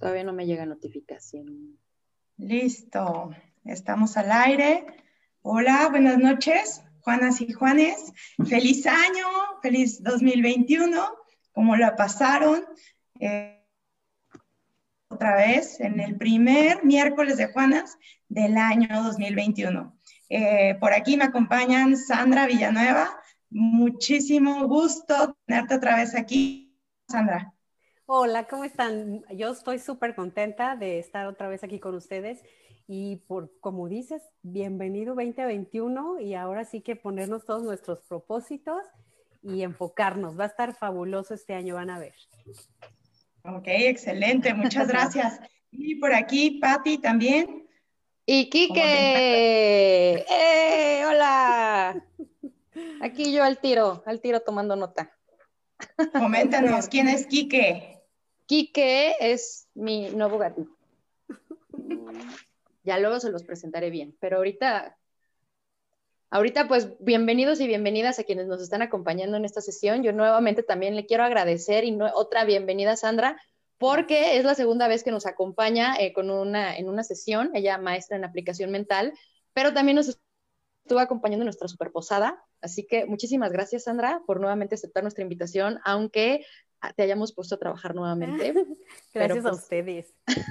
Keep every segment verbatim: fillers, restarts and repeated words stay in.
Todavía no me llega notificación. Listo, estamos al aire. Hola, buenas noches, Juanas y Juanes. Feliz año, feliz dos mil veintiuno. ¿Cómo la pasaron? Eh, otra vez en el primer miércoles de Juanas del año dos mil veintiuno. Eh, por aquí me acompañan Sandra Villanueva. Muchísimo gusto tenerte otra vez aquí, Sandra. Hola, ¿cómo están? Yo estoy súper contenta de estar otra vez aquí con ustedes y por, como dices, bienvenido veinte veintiuno y ahora sí que ponernos todos nuestros propósitos y enfocarnos. Va a estar fabuloso este año, van a ver. Ok, excelente, muchas gracias. Y por aquí, Patti también. ¡Y Quique! ¡Eh! ¡Hola! Aquí yo al tiro, al tiro tomando nota. Coméntanos, ¿quién es Quique? Quique es mi nuevo gatito. Ya luego se los presentaré bien, pero ahorita, ahorita pues bienvenidos y bienvenidas a quienes nos están acompañando en esta sesión. Yo nuevamente también le quiero agradecer y no, otra bienvenida a Sandra, porque es la segunda vez que nos acompaña eh, con una, en una sesión, ella maestra en aplicación mental, pero también nos estuvo acompañando en nuestra super posada, así que muchísimas gracias, Sandra, por nuevamente aceptar nuestra invitación, aunque te hayamos puesto a trabajar nuevamente. Gracias pero, pues, a ustedes.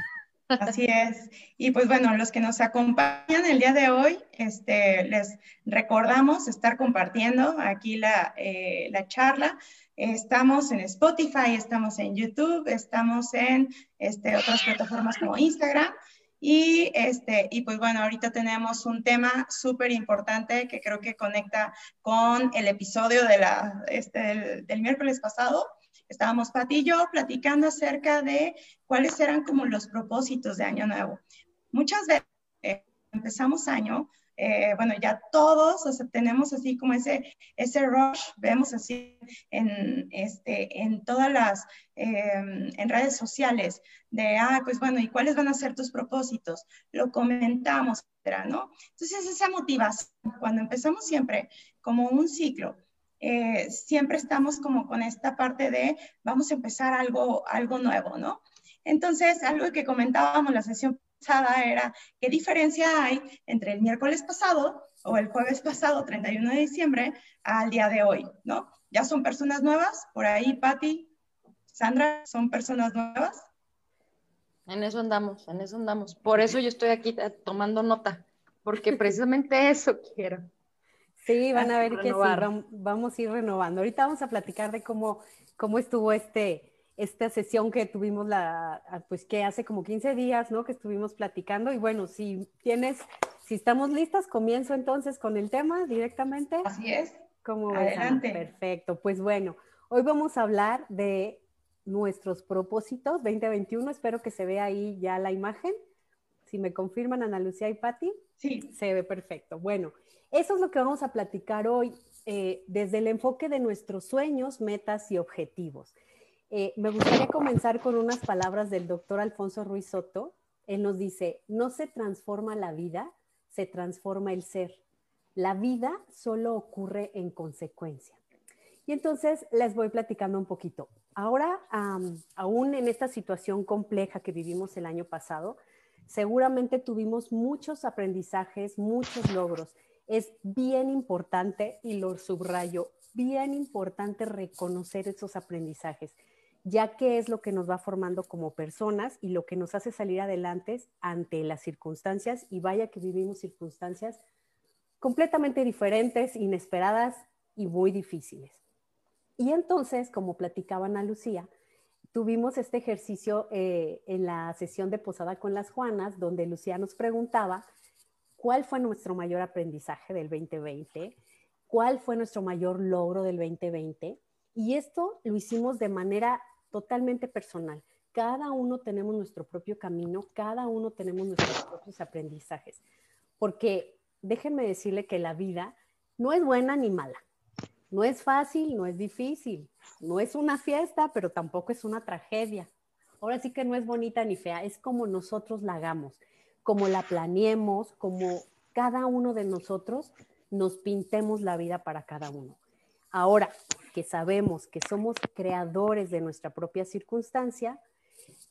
Así es. Y pues bueno, los que nos acompañan el día de hoy, este, les recordamos estar compartiendo aquí la, eh, la charla. Estamos en Spotify, estamos en YouTube, estamos en este, otras plataformas como Instagram. Y, este, y pues bueno, ahorita tenemos un tema súper importante que creo que conecta con el episodio de la, este, del, del miércoles pasado. Estábamos Pati y yo platicando acerca de cuáles eran como los propósitos de Año Nuevo. Muchas veces eh, empezamos año, eh, bueno, ya todos, o sea, tenemos así como ese, ese rush, vemos así en, este, en todas las, eh, en redes sociales, de, ah, pues bueno, ¿y cuáles van a ser tus propósitos? Lo comentamos, ¿no? Entonces, esa motivación, cuando empezamos siempre como un ciclo, eh, siempre estamos como con esta parte de vamos a empezar algo, algo nuevo, ¿no? Entonces, algo que comentábamos la sesión pasada era qué diferencia hay entre el miércoles pasado o el jueves pasado, treinta y uno de diciembre, al día de hoy, ¿no? ¿Ya son personas nuevas? Por ahí, Patti, Sandra, ¿son personas nuevas? En eso andamos, en eso andamos. Por eso yo estoy aquí tomando nota, porque precisamente eso quiero. Sí, van a ver que renovar. sí, vamos, vamos a ir renovando. Ahorita vamos a platicar de cómo, cómo estuvo este, esta sesión que tuvimos, la, pues que hace como quince días, ¿no? Que estuvimos platicando. Y bueno, si tienes, si estamos listas, comienzo entonces con el tema directamente. Así es. ¿Cómo ves, Adelante. Ana? Perfecto. Pues bueno, hoy vamos a hablar de nuestros propósitos veinte veintiuno. Espero que se vea ahí ya la imagen. Si me confirman, Ana Lucía y Patti. Sí. Se ve perfecto. Bueno, eso es lo que vamos a platicar hoy eh, desde el enfoque de nuestros sueños, metas y objetivos. Eh, me gustaría comenzar con unas palabras del doctor Alfonso Ruiz Soto. Él nos dice, no se transforma la vida, se transforma el ser. La vida solo ocurre en consecuencia. Y entonces les voy platicando un poquito. Ahora, um, aún en esta situación compleja que vivimos el año pasado, seguramente tuvimos muchos aprendizajes, muchos logros. Es bien importante, y lo subrayo, bien importante reconocer esos aprendizajes, ya que es lo que nos va formando como personas y lo que nos hace salir adelante ante las circunstancias, y vaya que vivimos circunstancias completamente diferentes, inesperadas y muy difíciles. Y entonces, como platicaba Ana Lucía, tuvimos este ejercicio eh, en la sesión de Posada con las Juanas, donde Lucía nos preguntaba cuál fue nuestro mayor aprendizaje del veinte veinte, cuál fue nuestro mayor logro del veinte veinte, y esto lo hicimos de manera totalmente personal. Cada uno tenemos nuestro propio camino, cada uno tenemos nuestros propios aprendizajes, porque déjenme decirle que la vida no es buena ni mala. No es fácil, no es difícil, no es una fiesta, pero tampoco es una tragedia. Ahora sí que no es bonita ni fea, es como nosotros la hagamos, como la planeemos, como cada uno de nosotros nos pintemos la vida para cada uno. Ahora que sabemos que somos creadores de nuestra propia circunstancia,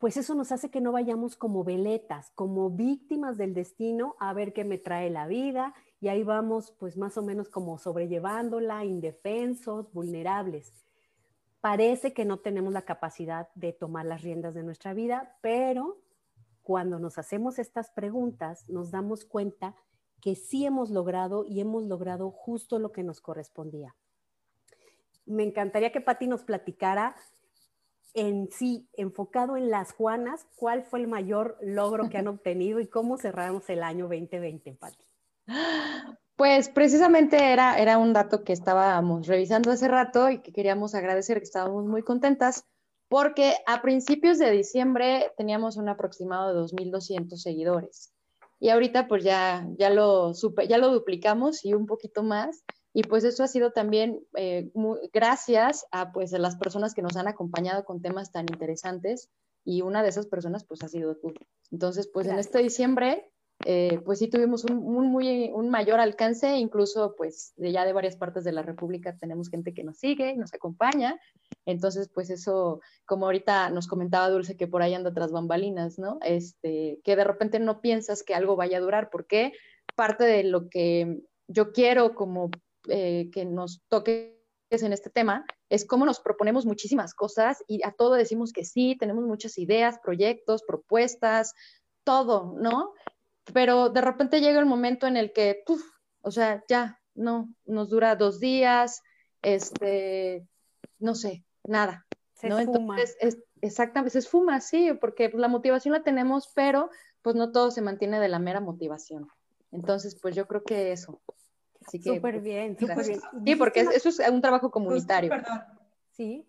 pues eso nos hace que no vayamos como veletas, como víctimas del destino, a ver qué me trae la vida, y ahí vamos pues más o menos como sobrellevándola, indefensos, vulnerables. Parece que no tenemos la capacidad de tomar las riendas de nuestra vida, pero cuando nos hacemos estas preguntas, nos damos cuenta que sí hemos logrado y hemos logrado justo lo que nos correspondía. Me encantaría que Pati nos platicara en sí, enfocado en las Juanas, ¿cuál fue el mayor logro que han obtenido y cómo cerramos el año veinte veinte, Pati? Pues precisamente era, era un dato que estábamos revisando hace rato y que queríamos agradecer, que estábamos muy contentas, porque a principios de diciembre teníamos un aproximado de dos mil doscientos seguidores. Y ahorita pues ya, ya, lo, super, ya lo duplicamos y un poquito más. Y pues eso ha sido también eh, muy, gracias a, pues, a las personas que nos han acompañado con temas tan interesantes. Y una de esas personas pues ha sido tú. Entonces pues gracias. En este diciembre eh, pues sí tuvimos un, un, muy, un mayor alcance, incluso pues de ya de varias partes de la República tenemos gente que nos sigue y nos acompaña. Entonces pues eso, como ahorita nos comentaba Dulce que por ahí anda tras bambalinas, ¿no? Este, que de repente no piensas que algo vaya a durar, porque parte de lo que yo quiero como eh, que nos toque en este tema es cómo nos proponemos muchísimas cosas y a todo decimos que sí, tenemos muchas ideas, proyectos, propuestas, todo, ¿no? Pero de repente llega el momento en el que, puf, o sea, ya, no, nos dura dos días, este, no sé, nada, se ¿no? esfuma. Entonces, es, exactamente, se esfuma, sí, porque la motivación la tenemos, pero pues no todo se mantiene de la mera motivación. Entonces, pues yo creo que eso. Así que, súper bien, súper bien. Sí, porque una... eso es un trabajo comunitario. Justo, perdón. Sí.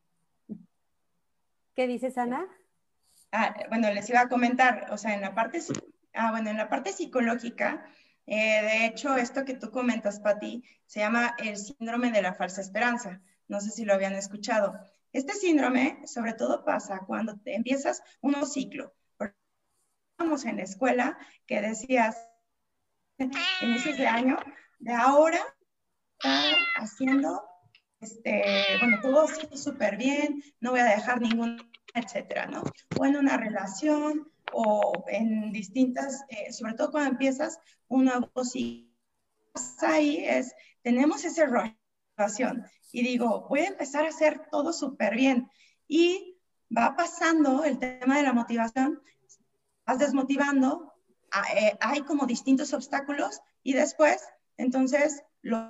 ¿Qué dices, Ana? Ah, bueno, les iba a comentar, o sea, en la parte, ah, bueno, en la parte psicológica, eh, de hecho, esto que tú comentas, Pati, se llama el síndrome de la falsa esperanza. No sé si lo habían escuchado. Este síndrome, sobre todo, pasa cuando te empiezas un nuevo ciclo. Estábamos en la escuela que decías, inicios de año, de ahora está haciendo, este, bueno, todo así súper bien, no voy a dejar ningún, etcétera, ¿no? O en una relación, o en distintas, eh, sobre todo cuando empiezas un nuevo ciclo, ahí es, tenemos ese rush y digo, voy a empezar a hacer todo súper bien. Y va pasando el tema de la motivación, vas desmotivando, eh, hay como distintos obstáculos y después, entonces, lo...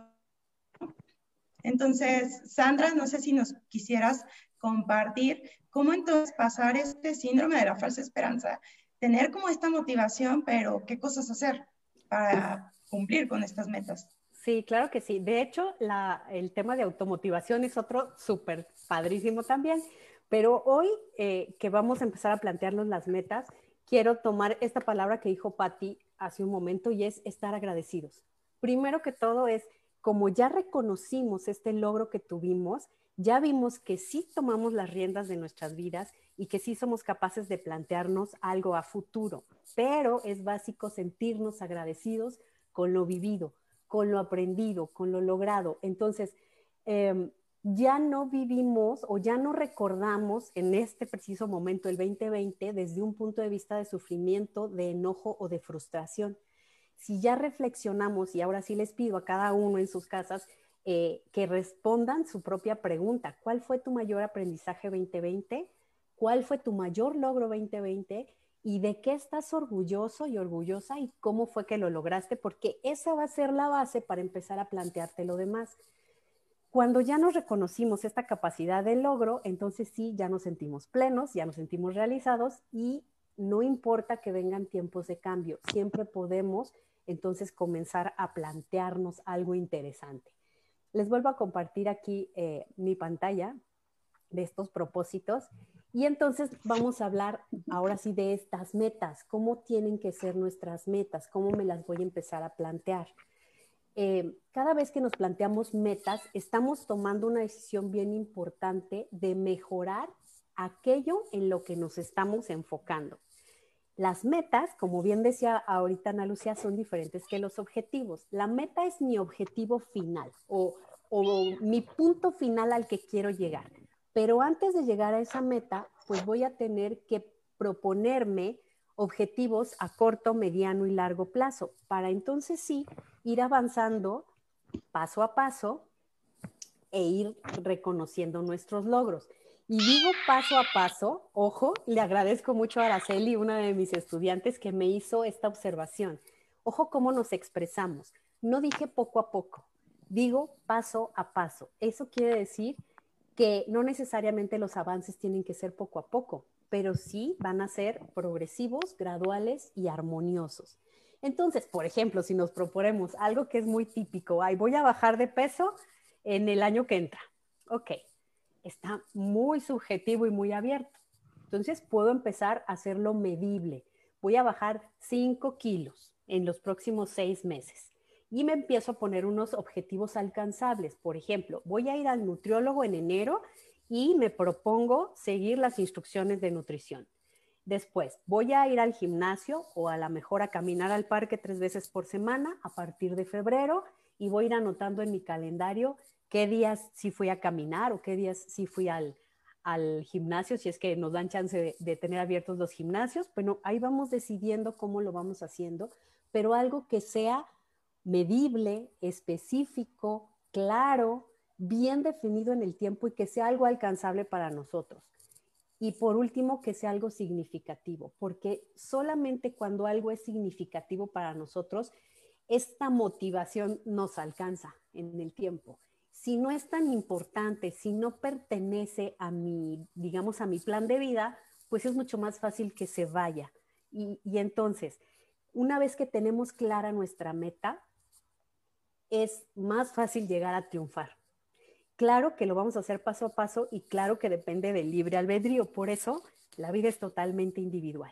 Entonces, Sandra, no sé si nos quisieras compartir cómo entonces pasar este síndrome de la falsa esperanza, tener como esta motivación, pero qué cosas hacer para cumplir con estas metas. Sí, claro que sí. De hecho, la, el tema de automotivación es otro súper padrísimo también, pero hoy eh, que vamos a empezar a plantearnos las metas, quiero tomar esta palabra que dijo Pati hace un momento y es estar agradecidos. Primero que todo es, como ya reconocimos este logro que tuvimos, ya vimos que sí tomamos las riendas de nuestras vidas y que sí somos capaces de plantearnos algo a futuro, pero es básico sentirnos agradecidos con lo vivido, con lo aprendido, con lo logrado. Entonces, eh, ya no vivimos o ya no recordamos en este preciso momento, el veinte veinte, desde un punto de vista de sufrimiento, de enojo o de frustración. Si ya reflexionamos, y ahora sí les pido a cada uno en sus casas eh, que respondan su propia pregunta. ¿Cuál fue tu mayor aprendizaje veinte veinte? ¿Cuál fue tu mayor logro veinte veinte? ¿Y de qué estás orgulloso y orgullosa y cómo fue que lo lograste? Porque esa va a ser la base para empezar a plantearte lo demás. Cuando ya nos reconocimos esta capacidad de logro, entonces sí, ya nos sentimos plenos, ya nos sentimos realizados y no importa que vengan tiempos de cambio, siempre podemos entonces comenzar a plantearnos algo interesante. Les vuelvo a compartir aquí eh, mi pantalla de estos propósitos y entonces vamos a hablar ahora sí de estas metas, cómo tienen que ser nuestras metas, cómo me las voy a empezar a plantear. Eh, cada vez que nos planteamos metas, estamos tomando una decisión bien importante de mejorar aquello en lo que nos estamos enfocando. Las metas, como bien decía ahorita Ana Lucía, son diferentes que los objetivos. La meta es mi objetivo final o, o mi punto final al que quiero llegar. Pero antes de llegar a esa meta, pues voy a tener que proponerme objetivos a corto, mediano y largo plazo, para entonces sí ir avanzando paso a paso e ir reconociendo nuestros logros. Y digo paso a paso, ojo, le agradezco mucho a Araceli, una de mis estudiantes, que me hizo esta observación. Ojo cómo nos expresamos. No dije poco a poco, digo paso a paso. Eso quiere decir que no necesariamente los avances tienen que ser poco a poco, pero sí van a ser progresivos, graduales y armoniosos. Entonces, por ejemplo, si nos proponemos algo que es muy típico, ay, voy a bajar de peso en el año que entra. Ok, está muy subjetivo y muy abierto. Entonces puedo empezar a hacerlo medible. Voy a bajar cinco kilos en los próximos seis meses. Y me empiezo a poner unos objetivos alcanzables. Por ejemplo, voy a ir al nutriólogo en enero y me propongo seguir las instrucciones de nutrición. Después, voy a ir al gimnasio o a la mejor a caminar al parque tres veces por semana a partir de febrero y voy a ir anotando en mi calendario qué días sí fui a caminar o qué días sí fui al, al gimnasio, si es que nos dan chance de, de tener abiertos los gimnasios. Bueno, ahí vamos decidiendo cómo lo vamos haciendo, pero algo que sea medible, específico, claro, bien definido en el tiempo y que sea algo alcanzable para nosotros. Y por último, que sea algo significativo, porque solamente cuando algo es significativo para nosotros, esta motivación nos alcanza en el tiempo. Si no es tan importante, si no pertenece a mi, digamos, a mi plan de vida, pues es mucho más fácil que se vaya. Y, y entonces, una vez que tenemos clara nuestra meta, es más fácil llegar a triunfar. Claro que lo vamos a hacer paso a paso y claro que depende del libre albedrío. Por eso, la vida es totalmente individual.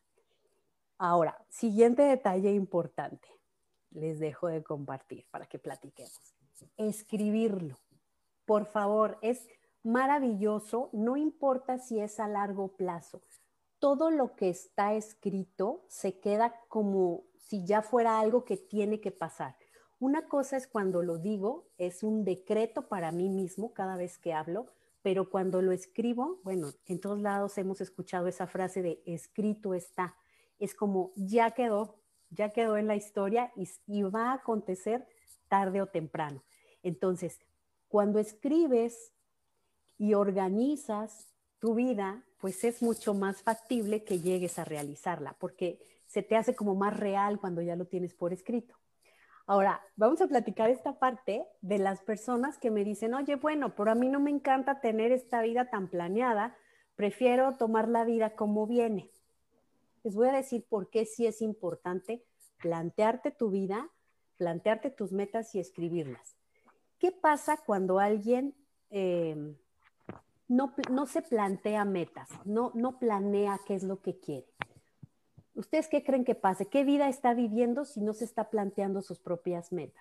Ahora, siguiente detalle importante. Les dejo de compartir para que platiquemos. Escribirlo. Por favor, es maravilloso, no importa si es a largo plazo. Todo lo que está escrito se queda como si ya fuera algo que tiene que pasar. Una cosa es cuando lo digo, es un decreto para mí mismo cada vez que hablo, pero cuando lo escribo, bueno, en todos lados hemos escuchado esa frase de escrito está. Es como ya quedó, ya quedó en la historia y, y va a acontecer tarde o temprano. Entonces, cuando escribes y organizas tu vida, pues es mucho más factible que llegues a realizarla, porque se te hace como más real cuando ya lo tienes por escrito. Ahora, vamos a platicar esta parte de las personas que me dicen, oye, bueno, pero a mí no me encanta tener esta vida tan planeada, prefiero tomar la vida como viene. Les voy a decir por qué sí es importante plantearte tu vida, plantearte tus metas y escribirlas. ¿Qué pasa cuando alguien eh, no, no se plantea metas, no, no planea qué es lo que quiere? ¿Ustedes qué creen que pase? ¿Qué vida está viviendo si no se está planteando sus propias metas?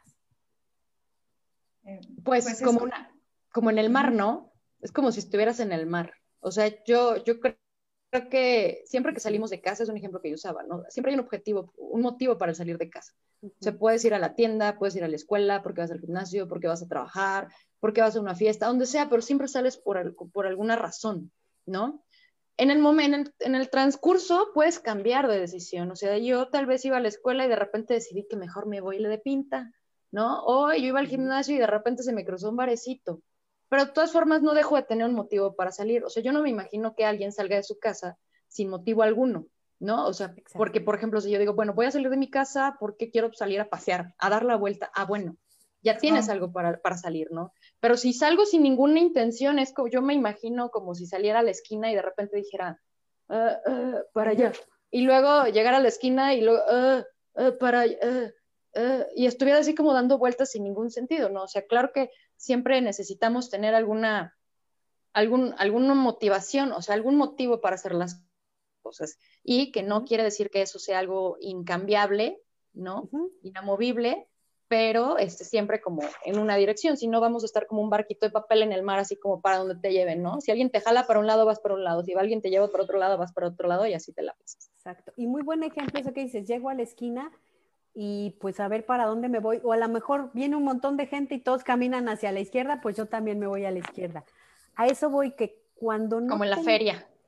Pues, pues como, una, como en el mar, ¿no? Es como si estuvieras en el mar. O sea, yo, yo creo que siempre que salimos de casa, es un ejemplo que yo usaba, ¿no? Siempre hay un objetivo, un motivo para salir de casa. Uh-huh. O sea, puedes ir a la tienda, puedes ir a la escuela, porque vas al gimnasio, porque vas a trabajar, porque vas a una fiesta, donde sea, pero siempre sales por, por alguna razón, ¿no? En el momento, en el, en el transcurso puedes cambiar de decisión. O sea, yo tal vez iba a la escuela y de repente decidí que mejor me voy de pinta, ¿no? O yo iba al gimnasio y de repente se me cruzó un barecito. Pero de todas formas no dejo de tener un motivo para salir. O sea, yo no me imagino que alguien salga de su casa sin motivo alguno, ¿no? O sea, exacto. Porque, por ejemplo, si yo digo, bueno, voy a salir de mi casa porque quiero salir a pasear, a dar la vuelta. Ah, bueno, ya tienes algo para, para salir, ¿no? Pero si salgo sin ninguna intención, es como, yo me imagino como si saliera a la esquina y de repente dijera, uh, uh, para allá. Y luego llegar a la esquina y luego, uh, uh, para allá. Uh, uh, y estuviera así como dando vueltas sin ningún sentido, ¿no? O sea, claro que siempre necesitamos tener alguna, algún, alguna motivación, o sea, algún motivo para hacer las cosas. Y que no quiere decir que eso sea algo incambiable, ¿no? Uh-huh. Inamovible, pero este, siempre como en una dirección, si no vamos a estar como un barquito de papel en el mar, así como para donde te lleven, ¿no? Si alguien te jala para un lado, vas para un lado, si alguien te lleva para otro lado, vas para otro lado y así te la pasas. Exacto, y muy buen ejemplo eso que dices, llego a la esquina y pues a ver para dónde me voy, o a lo mejor viene un montón de gente y todos caminan hacia la izquierda, pues yo también me voy a la izquierda. A eso voy que cuando no... Como en la ten... feria.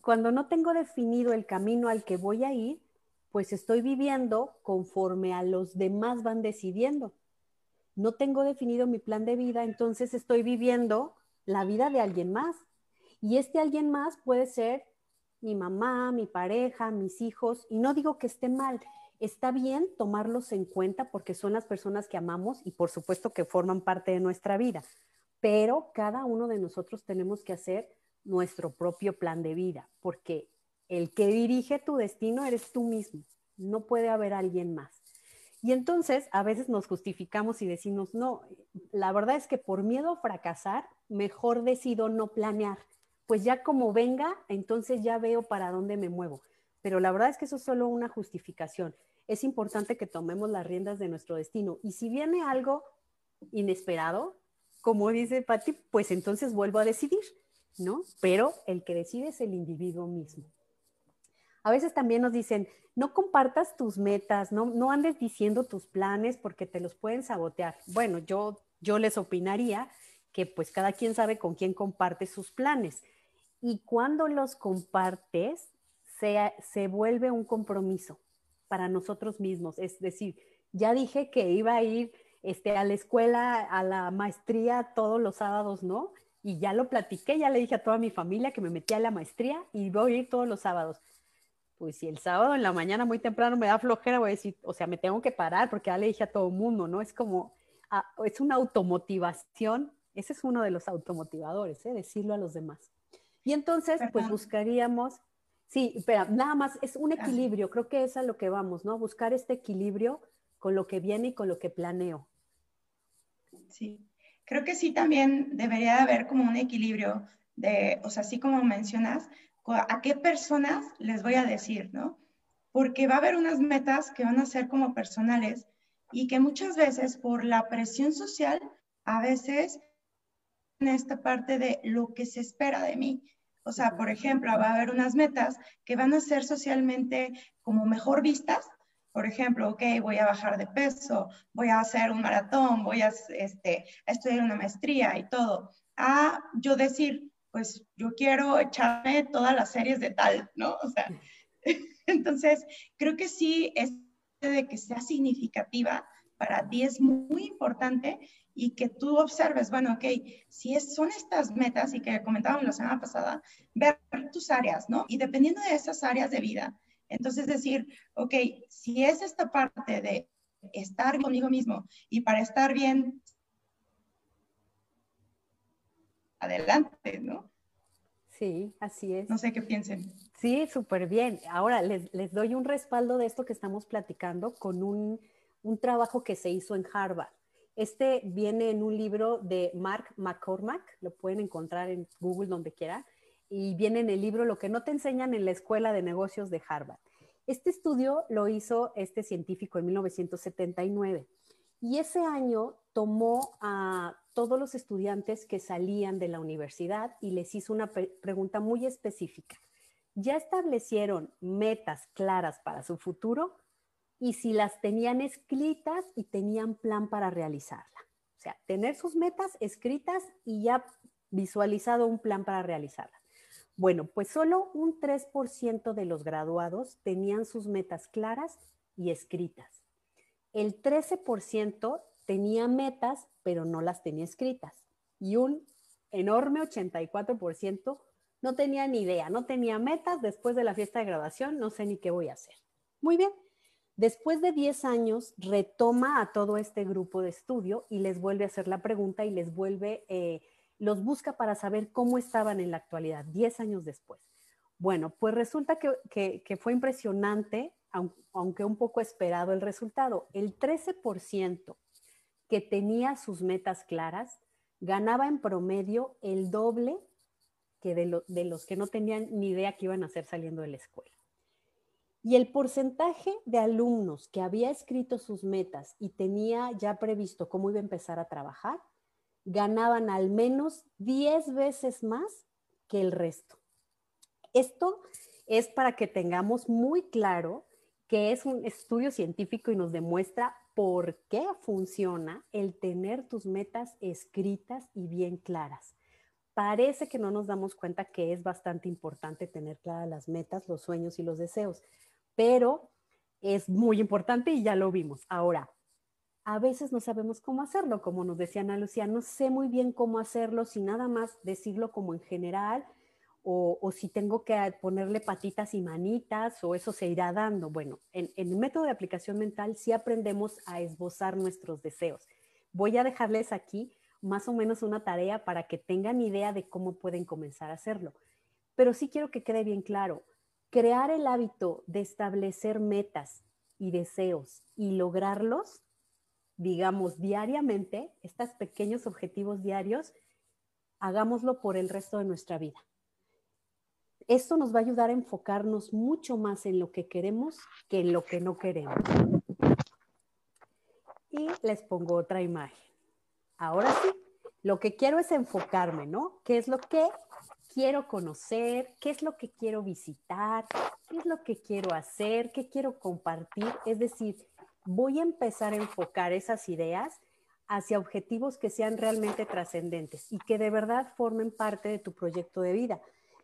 cuando no tengo definido el camino al que voy a ir, pues estoy viviendo conforme a los demás van decidiendo. No tengo definido mi plan de vida, entonces estoy viviendo la vida de alguien más. Y este alguien más puede ser mi mamá, mi pareja, mis hijos, y no digo que esté mal, está bien tomarlos en cuenta porque son las personas que amamos y por supuesto que forman parte de nuestra vida, pero cada uno de nosotros tenemos que hacer nuestro propio plan de vida, porque el que dirige tu destino eres tú mismo, no puede haber alguien más. Y entonces a veces nos justificamos y decimos, no, la verdad es que por miedo a fracasar, mejor decido no planear. Pues ya como venga, entonces ya veo para dónde me muevo. Pero la verdad es que eso es solo una justificación. Es importante que tomemos las riendas de nuestro destino. Y si viene algo inesperado, como dice Patti, pues entonces vuelvo a decidir, ¿no? Pero el que decide es el individuo mismo. A veces también nos dicen, no compartas tus metas, no, no andes diciendo tus planes porque te los pueden sabotear. Bueno, yo, yo les opinaría que pues cada quien sabe con quién comparte sus planes. Y cuando los compartes, se, se vuelve un compromiso para nosotros mismos. Es decir, ya dije que iba a ir este, a la escuela, a la maestría todos los sábados, ¿no? Y ya lo platiqué, ya le dije a toda mi familia que me metí a la maestría y voy a ir todos los sábados. Pues si el sábado en la mañana muy temprano me da flojera, voy a decir, o sea, me tengo que parar porque ya le dije a todo el mundo, ¿no? Es como, ah, es una automotivación, ese es uno de los automotivadores, ¿eh? Decirlo a los demás. Y entonces, Perdón. pues buscaríamos, sí, espera, nada más, es un equilibrio, creo que es a lo que vamos, ¿no? Buscar este equilibrio con lo que viene y con lo que planeo. Sí, creo que sí también debería de haber como un equilibrio de, o sea, así como mencionas, a qué personas les voy a decir, ¿no? Porque va a haber unas metas que van a ser como personales y que muchas veces por la presión social, a veces en esta parte de lo que se espera de mí. O sea, por ejemplo, va a haber unas metas que van a ser socialmente como mejor vistas. Por ejemplo, ok, voy a bajar de peso, voy a hacer un maratón, voy a, este, a estudiar una maestría y todo. A yo decir, pues yo quiero echarme todas las series de tal, ¿no? O sea, entonces creo que sí, es de que sea significativa para ti es muy importante y que tú observes, bueno, ok, si es, son estas metas y que comentábamos la semana pasada, ver tus áreas, ¿no? Y dependiendo de esas áreas de vida, entonces decir, ok, si es esta parte de estar conmigo mismo y para estar bien, adelante, ¿no? Sí, así es. No sé qué piensen. Sí, súper bien. Ahora les, les doy un respaldo de esto que estamos platicando con un, un trabajo que se hizo en Harvard. Este viene en un libro de Mark McCormack, lo pueden encontrar en Google donde quiera, y viene en el libro Lo que no te enseñan en la Escuela de Negocios de Harvard. Este estudio lo hizo este científico en mil novecientos setenta y nueve y ese año tomó a todos los estudiantes que salían de la universidad y les hizo una pre- pregunta muy específica. ¿Ya establecieron metas claras para su futuro? Y si las tenían escritas y tenían plan para realizarla. O sea, tener sus metas escritas y ya visualizado un plan para realizarlas. Bueno, pues solo un tres por ciento de los graduados tenían sus metas claras y escritas. El trece por ciento tenía metas, pero no las tenía escritas. Y un enorme ochenta y cuatro por ciento no tenía ni idea, no tenía metas. Después de la fiesta de graduación, no sé ni qué voy a hacer. Muy bien. Después de diez años, retoma a todo este grupo de estudio y les vuelve a hacer la pregunta y les vuelve, eh, los busca para saber cómo estaban en la actualidad, diez años después. Bueno, pues resulta que, que, que fue impresionante, aunque un poco esperado el resultado. El trece por ciento que tenía sus metas claras ganaba en promedio el doble que de, lo, de los que no tenían ni idea qué iban a hacer saliendo de la escuela. Y el porcentaje de alumnos que había escrito sus metas y tenía ya previsto cómo iba a empezar a trabajar, ganaban al menos diez veces más que el resto. Esto es para que tengamos muy claro que es un estudio científico y nos demuestra por qué funciona el tener tus metas escritas y bien claras. parece que no nos damos cuenta que es bastante importante tener claras las metas, los sueños y los deseos, pero es muy importante y ya lo vimos. Ahora, a veces no sabemos cómo hacerlo, como nos decía Ana Lucía, no sé muy bien cómo hacerlo, si nada más decirlo como en general, o, o si tengo que ponerle patitas y manitas, o eso se irá dando. Bueno, en, en el método de aplicación mental sí aprendemos a esbozar nuestros deseos. Voy a dejarles aquí más o menos una tarea para que tengan idea de cómo pueden comenzar a hacerlo. Pero sí quiero que quede bien claro, crear el hábito de establecer metas y deseos y lograrlos, digamos, diariamente, estos pequeños objetivos diarios, hagámoslo por el resto de nuestra vida. Esto nos va a ayudar a enfocarnos mucho más en lo que queremos que en lo que no queremos. Y les pongo otra imagen. Ahora sí, lo que quiero es enfocarme, ¿no? ¿Qué es lo que quiero conocer? ¿Qué es lo que quiero visitar? ¿Qué es lo que quiero hacer? ¿Qué quiero compartir? Es decir, voy a empezar a enfocar esas ideas hacia objetivos que sean realmente trascendentes y que de verdad formen parte de tu proyecto de vida.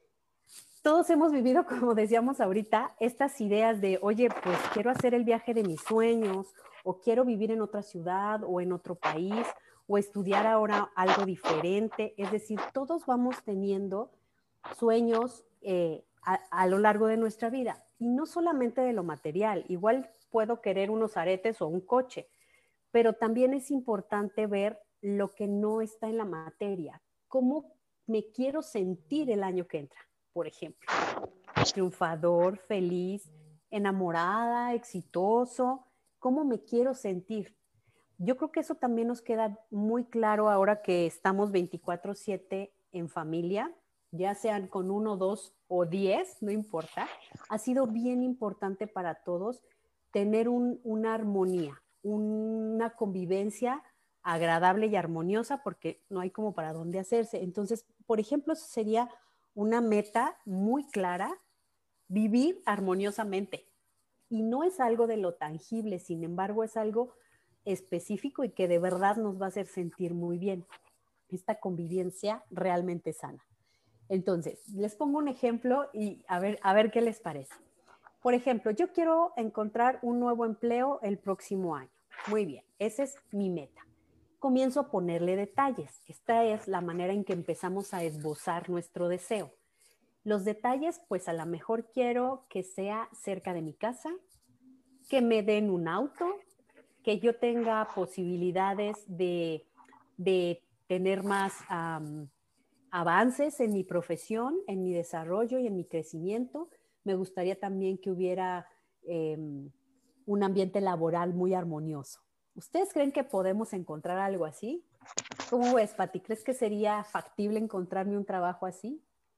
Todos hemos vivido, como decíamos ahorita, estas ideas de, oye, pues quiero hacer el viaje de mis sueños, o quiero vivir en otra ciudad o en otro país, o estudiar ahora algo diferente. Es decir, todos vamos teniendo sueños eh, a, a lo largo de nuestra vida, y no solamente de lo material. Igual puedo querer unos aretes o un coche, pero también es importante ver lo que no está en la materia. ¿Cómo me quiero sentir el año que entra? Por ejemplo, triunfador, feliz, enamorada, exitoso. ¿Cómo me quiero sentir? Yo creo que eso también nos queda muy claro ahora que estamos veinticuatro siete en familia, ya sean con uno, dos o diez, no importa. Ha sido bien importante para todos tener un, una armonía, una convivencia agradable y armoniosa, porque no hay como para dónde hacerse. Entonces, por ejemplo, sería una meta muy clara, vivir armoniosamente. Y no es algo de lo tangible, sin embargo, es algo específico y que de verdad nos va a hacer sentir muy bien. Esta convivencia realmente sana. Entonces, les pongo un ejemplo y a ver, a ver qué les parece. Por ejemplo, yo quiero encontrar un nuevo empleo el próximo año. Muy bien, esa es mi meta. Comienzo a ponerle detalles. Esta es la manera en que empezamos a esbozar nuestro deseo. Los detalles, pues a lo mejor quiero que sea cerca de mi casa, que me den un auto, que yo tenga posibilidades de, de tener más um, avances en mi profesión, en mi desarrollo y en mi crecimiento. Me gustaría también que hubiera eh, un ambiente laboral muy armonioso. ¿Ustedes creen que podemos encontrar algo así? ¿Cómo ves, Pati? ¿Crees que sería factible encontrarme un trabajo así?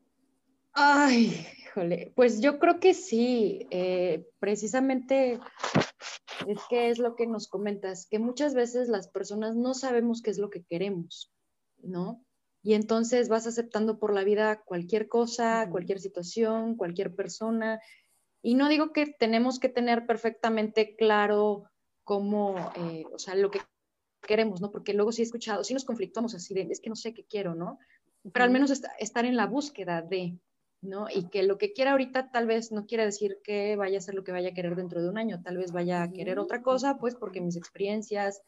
Ay, híjole, pues yo creo que sí, eh, precisamente es que es lo que nos comentas, que muchas veces las personas no sabemos qué es lo que queremos, ¿no? Y entonces vas aceptando por la vida cualquier cosa, Uh-huh. cualquier situación, cualquier persona. Y no digo que tenemos que tener perfectamente claro cómo, eh, o sea, lo que queremos, ¿no? Porque luego sí he escuchado, sí nos conflictuamos así de, es que no sé qué quiero, ¿no? Pero al Uh-huh. menos est estar en la búsqueda de, ¿no? Y que lo que quiera ahorita tal vez no quiere decir que vaya a ser lo que vaya a querer dentro de un año, tal vez vaya a querer otra cosa, pues porque mis experiencias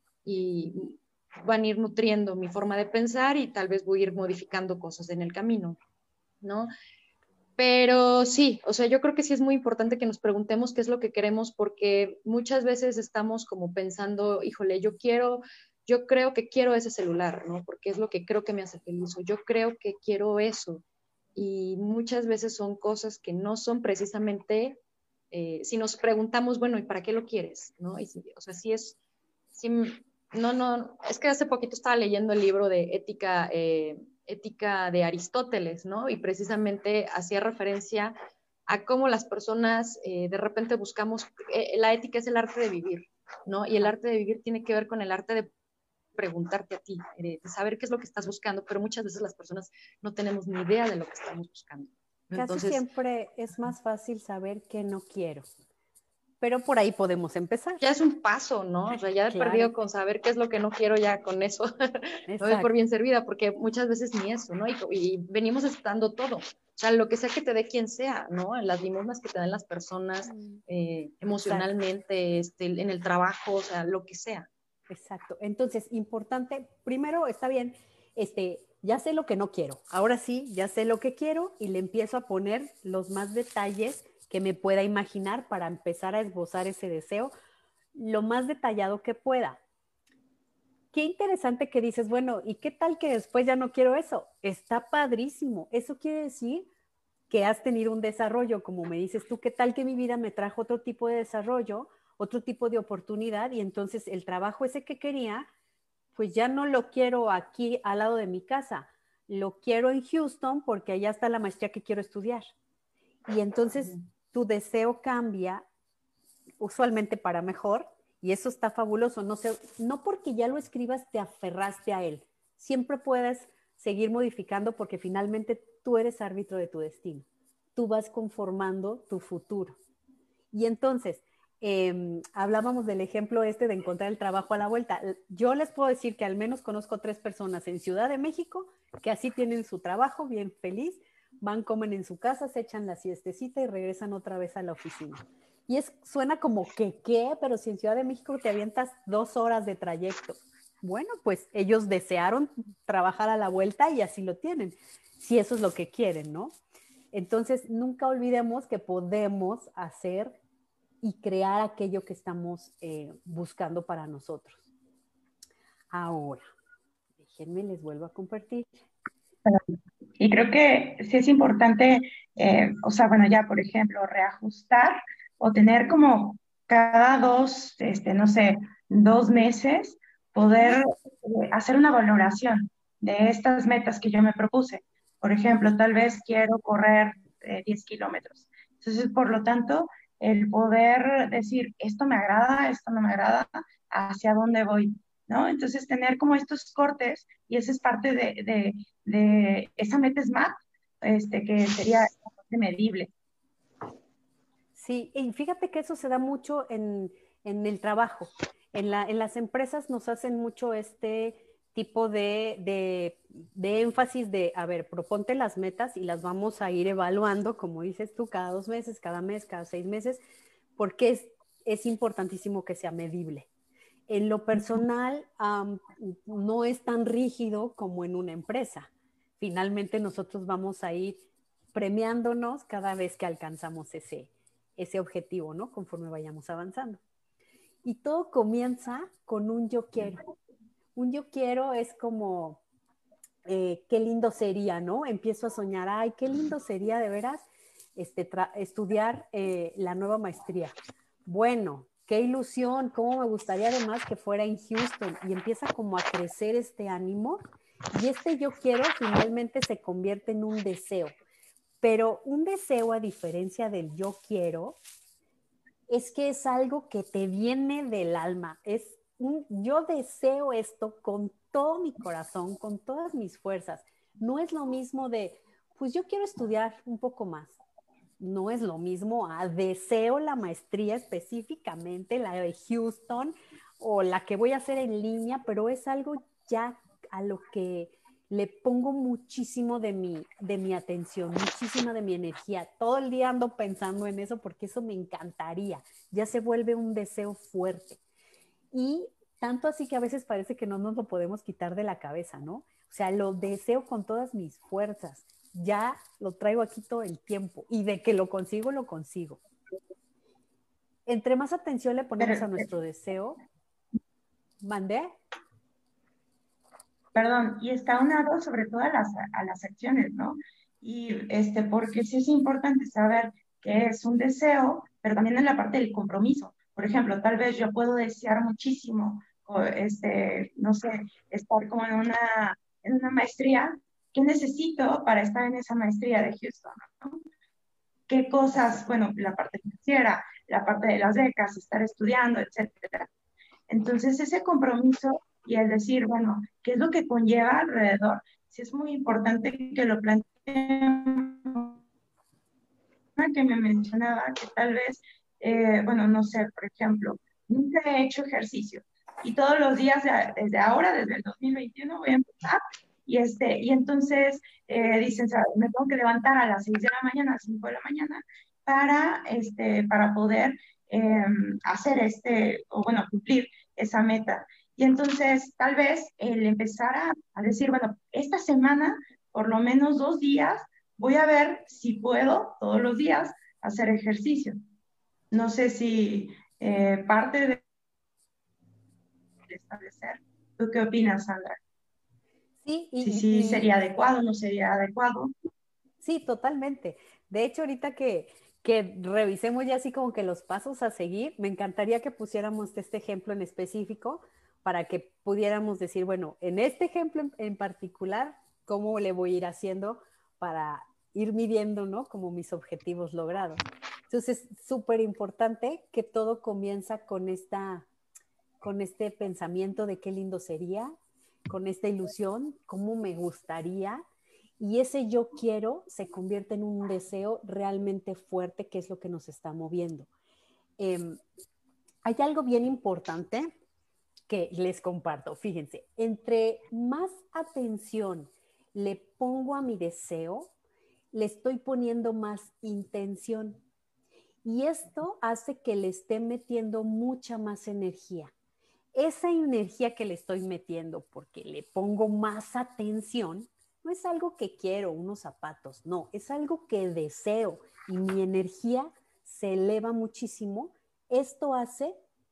y van a ir nutriendo mi forma de pensar y tal vez voy a ir modificando cosas en el camino, ¿no? Pero sí, o sea, yo creo que sí es muy importante que nos preguntemos qué es lo que queremos porque muchas veces estamos como pensando, híjole, yo quiero, yo creo que quiero ese celular, ¿no? Porque es lo que creo que me hace feliz o yo creo que quiero eso. Y muchas veces son cosas que no son precisamente, eh, si nos preguntamos, bueno, ¿y para qué lo quieres? ¿No? Y si, o sea, sí es, sí, no, no, es que hace poquito estaba leyendo el libro de ética, eh, ética de Aristóteles, ¿no? Y precisamente hacía referencia a cómo las personas eh, de repente buscamos, eh, la ética es el arte de vivir, ¿no? Y el arte de vivir tiene que ver con el arte de preguntarte a ti, de, de saber qué es lo que estás buscando, pero muchas veces las personas no tenemos ni idea de lo que estamos buscando, ¿no? Casi Entonces, siempre es más fácil saber qué no quiero, pero por ahí podemos empezar. Ya es un paso, ¿no? O sea, ya he Claro. perdido con saber qué es lo que no quiero, ya con eso me doy por bien servida, porque muchas veces ni eso, ¿no? Y, y venimos estando todo. O sea, lo que sea que te dé quien sea, ¿no? Las limosnas que te dan las personas, eh, emocionalmente, este, en el trabajo, o sea, lo que sea. Exacto. Entonces, importante, primero está bien, este, ya sé lo que no quiero. Ahora sí, ya sé lo que quiero y le empiezo a poner los más detalles que me pueda imaginar para empezar a esbozar ese deseo lo más detallado que pueda. Qué interesante que dices, bueno, ¿y qué tal que después ya no quiero eso? Está padrísimo. Eso quiere decir que has tenido un desarrollo, como me dices tú, ¿qué tal que mi vida me trajo otro tipo de desarrollo, otro tipo de oportunidad? Y entonces el trabajo ese que quería, pues ya no lo quiero aquí al lado de mi casa, lo quiero en Houston porque allá está la maestría que quiero estudiar. Y entonces tu deseo cambia, usualmente para mejor, y eso está fabuloso. No sé, no porque ya lo escribas te aferraste a él. Siempre puedes seguir modificando porque finalmente tú eres árbitro de tu destino. Tú vas conformando tu futuro. Y entonces, eh, hablábamos del ejemplo este de encontrar el trabajo a la vuelta. Yo les puedo decir que al menos conozco tres personas en Ciudad de México que así tienen su trabajo bien feliz, van, comen en su casa, se echan la siestecita y regresan otra vez a la oficina. Y es, suena como que, ¿qué? Pero si en Ciudad de México te avientas dos horas de trayecto. Bueno, pues ellos desearon trabajar a la vuelta y así lo tienen, si eso es lo que quieren, ¿no? Entonces, nunca olvidemos que podemos hacer y crear aquello que estamos eh, buscando para nosotros. Ahora, déjenme, les vuelvo a compartir. Y creo que sí es importante, eh, o sea, bueno, ya por ejemplo, reajustar o tener como cada dos, este, no sé, dos meses, poder eh, hacer una valoración de estas metas que yo me propuse. Por ejemplo, tal vez quiero correr eh, diez kilómetros. Entonces, por lo tanto, el poder decir, esto me agrada, esto no me agrada, hacia dónde voy, ¿no? Entonces, tener como estos cortes, y esa es parte de, de de esa meta SMART, este, que sería medible. Sí, y fíjate que eso se da mucho en, en el trabajo. En, la, en las empresas nos hacen mucho este tipo de, de, de énfasis de, a ver, proponte las metas y las vamos a ir evaluando, como dices tú, cada dos meses, cada mes, cada seis meses, porque es, es importantísimo que sea medible. En lo personal, um, no es tan rígido como en una empresa. Finalmente nosotros vamos a ir premiándonos cada vez que alcanzamos ese, ese objetivo, ¿no? Conforme vayamos avanzando. Y todo comienza con un yo quiero. Un yo quiero es como, eh, qué lindo sería, ¿no? Empiezo a soñar, ay, qué lindo sería de veras este, estudiar eh, la nueva maestría. Bueno, qué ilusión, cómo me gustaría además que fuera en Houston. Y empieza como a crecer este ánimo y este yo quiero finalmente se convierte en un deseo. Pero un deseo, a diferencia del yo quiero, es que es algo que te viene del alma. Es un, yo deseo esto con todo mi corazón, con todas mis fuerzas. No es lo mismo de, pues yo quiero estudiar un poco más. No es lo mismo a deseo la maestría específicamente, la de Houston o la que voy a hacer en línea, pero es algo ya a lo que le pongo muchísimo de mi, de mi atención, muchísima de mi energía. Todo el día ando pensando en eso porque eso me encantaría. Ya se vuelve un deseo fuerte. Y tanto así que a veces parece que no nos lo podemos quitar de la cabeza, ¿no? O sea, lo deseo con todas mis fuerzas. Ya lo traigo aquí todo el tiempo. Y de que lo consigo, lo consigo. Entre más atención le ponemos Pero, a nuestro deseo, ¿mandé? Perdón, y está unado sobre todo a las, a las acciones, ¿no? Y este, porque sí es importante saber que es un deseo, pero también en la parte del compromiso. Por ejemplo, tal vez yo puedo desear muchísimo, o este, no sé, estar como en una, en una maestría. ¿Qué necesito para estar en esa maestría de Houston, ¿no? ¿Qué cosas? Bueno, la parte financiera, la parte de las becas, estar estudiando, etcétera. Entonces, ese compromiso y el decir, bueno, ¿qué es lo que conlleva alrededor? Sí es muy importante que lo planteemos, que me mencionaba, que tal vez eh, bueno, no sé, por ejemplo, nunca he hecho ejercicio y todos los días de- desde ahora, desde el dos mil veintiuno, voy a empezar. Y, este, y entonces eh, dicen, ¿sabes? Me tengo que levantar a las seis de la mañana, a las cinco de la mañana, para, este, para poder eh, hacer este, o bueno, cumplir esa meta. Y entonces, tal vez el empezar a, a decir, bueno, esta semana, por lo menos dos días, voy a ver si puedo todos los días hacer ejercicio. No sé si eh, parte de establecer. ¿Tú qué opinas, Sandra? Sí, Si y, sí y- sería adecuado, no sería adecuado. sí, totalmente. De hecho, ahorita que, que revisemos ya así como que los pasos a seguir, me encantaría que pusiéramos este ejemplo en específico para que pudiéramos decir, bueno, en este ejemplo en, en particular, ¿cómo le voy a ir haciendo para ir midiendo, ¿no? Como mis objetivos logrados. Entonces, es súper importante que todo comienza con esta, con este pensamiento de qué lindo sería, con esta ilusión, cómo me gustaría, y ese yo quiero se convierte en un deseo realmente fuerte, que es lo que nos está moviendo. Eh, hay algo bien importante que les comparto. Fíjense, entre más atención le pongo a mi deseo, le estoy poniendo más intención. Y esto hace que le esté metiendo mucha más energía. Esa energía que le estoy metiendo porque le pongo más atención, no es algo que quiero, unos zapatos, no, es algo que deseo y mi energía se eleva muchísimo. Esto hace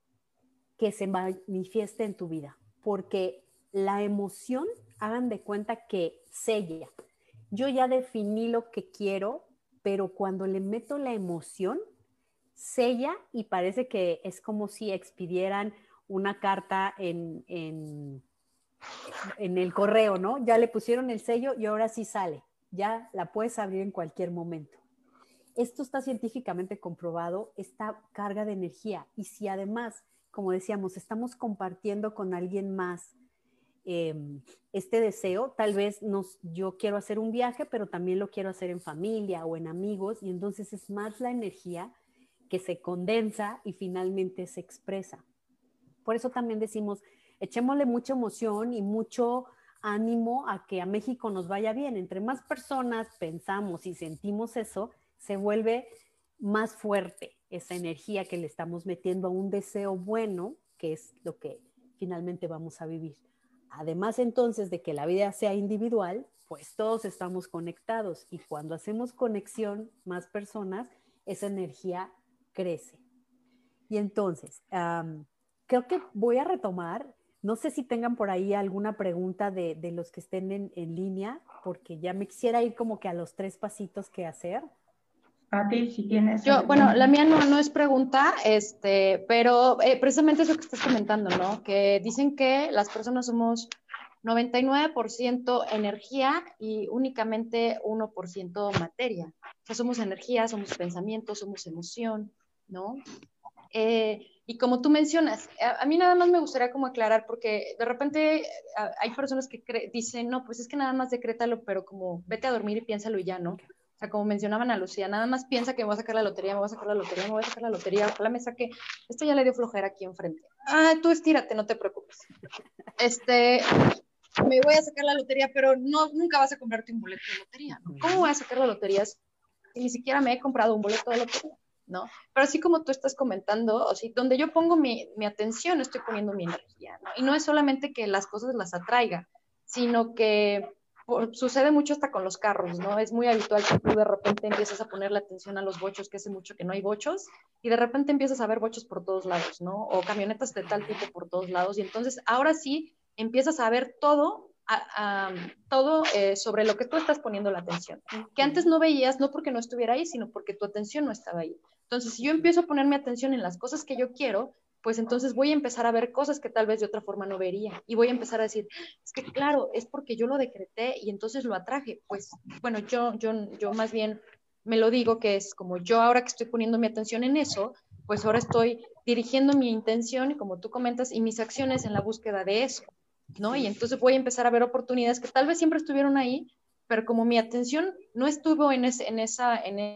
que se manifieste en tu vida, porque la emoción, hagan de cuenta que sella. Yo ya definí lo que quiero, pero cuando le meto la emoción, sella y parece que es como si expidieran una carta en, en, en el correo, ¿no? Ya le pusieron el sello y ahora sí sale. Ya la puedes abrir en cualquier momento. Esto está científicamente comprobado, esta carga de energía. Y si además, como decíamos, estamos compartiendo con alguien más eh, este deseo, tal vez nos, yo quiero hacer un viaje, pero también lo quiero hacer en familia o en amigos, y entonces es más la energía que se condensa y finalmente se expresa. Por eso también decimos, echémosle mucha emoción y mucho ánimo a que a México nos vaya bien. Entre más personas pensamos y sentimos eso, se vuelve más fuerte esa energía que le estamos metiendo a un deseo bueno, que es lo que finalmente vamos a vivir. Además, entonces, de que la vida sea individual, pues todos estamos conectados y cuando hacemos conexión, más personas, esa energía crece. Y entonces, um, creo que voy a retomar, no sé si tengan por ahí alguna pregunta de, de los que estén en, en línea, porque ya me quisiera ir como que a los tres pasitos que hacer. Pati, si tienes Yo, bueno, la algún... mía no, no es pregunta, este, pero eh, precisamente eso que estás comentando, ¿no? Que dicen que las personas somos noventa y nueve por ciento energía y únicamente uno por ciento materia. O sea, somos energía, somos pensamiento, somos emoción, ¿no? Eh, y como tú mencionas, a, a, mí nada más me gustaría como aclarar, porque de repente a, hay personas que dicen, no, pues es que nada más decrétalo, pero como vete a dormir y piénsalo y ya, ¿no? O sea, como mencionaban a Lucía, nada más piensa que me voy a sacar la lotería, me voy a sacar la lotería, me voy a sacar la lotería, ojalá me saque, esto ya le dio flojera aquí enfrente. Ah, tú estírate, no te preocupes. Este, me voy a sacar la lotería, pero no, nunca vas a comprarte un boleto de lotería, ¿no? ¿Cómo voy a sacar la lotería si ni siquiera me he comprado un boleto de lotería? ¿No? Pero así como tú estás comentando, o sea, donde yo pongo mi, mi atención, estoy poniendo mi energía, ¿no? Y no es solamente que las cosas las atraiga, sino que por, sucede mucho hasta con los carros, ¿no? Es muy habitual que tú de repente empiezas a ponerle atención a los bochos, que hace mucho que no hay bochos, y de repente empiezas a ver bochos por todos lados, ¿no? O camionetas de tal tipo por todos lados, y entonces ahora sí empiezas a ver todo A, a, todo eh, sobre lo que tú estás poniendo la atención, que antes no veías, no porque no estuviera ahí, sino porque tu atención no estaba ahí. Entonces, si yo empiezo a poner mi atención en las cosas que yo quiero, pues entonces voy a empezar a ver cosas que tal vez de otra forma no vería, y voy a empezar a decir, es que claro, es porque yo lo decreté y entonces lo atraje. Pues bueno, yo, yo, yo más bien me lo digo que es como yo ahora que estoy poniendo mi atención en eso, pues ahora estoy dirigiendo mi intención, y como tú comentas, y mis acciones en la búsqueda de eso, ¿no? Y entonces voy a empezar a ver oportunidades que tal vez siempre estuvieron ahí, pero como mi atención no estuvo en, ese, en esa, en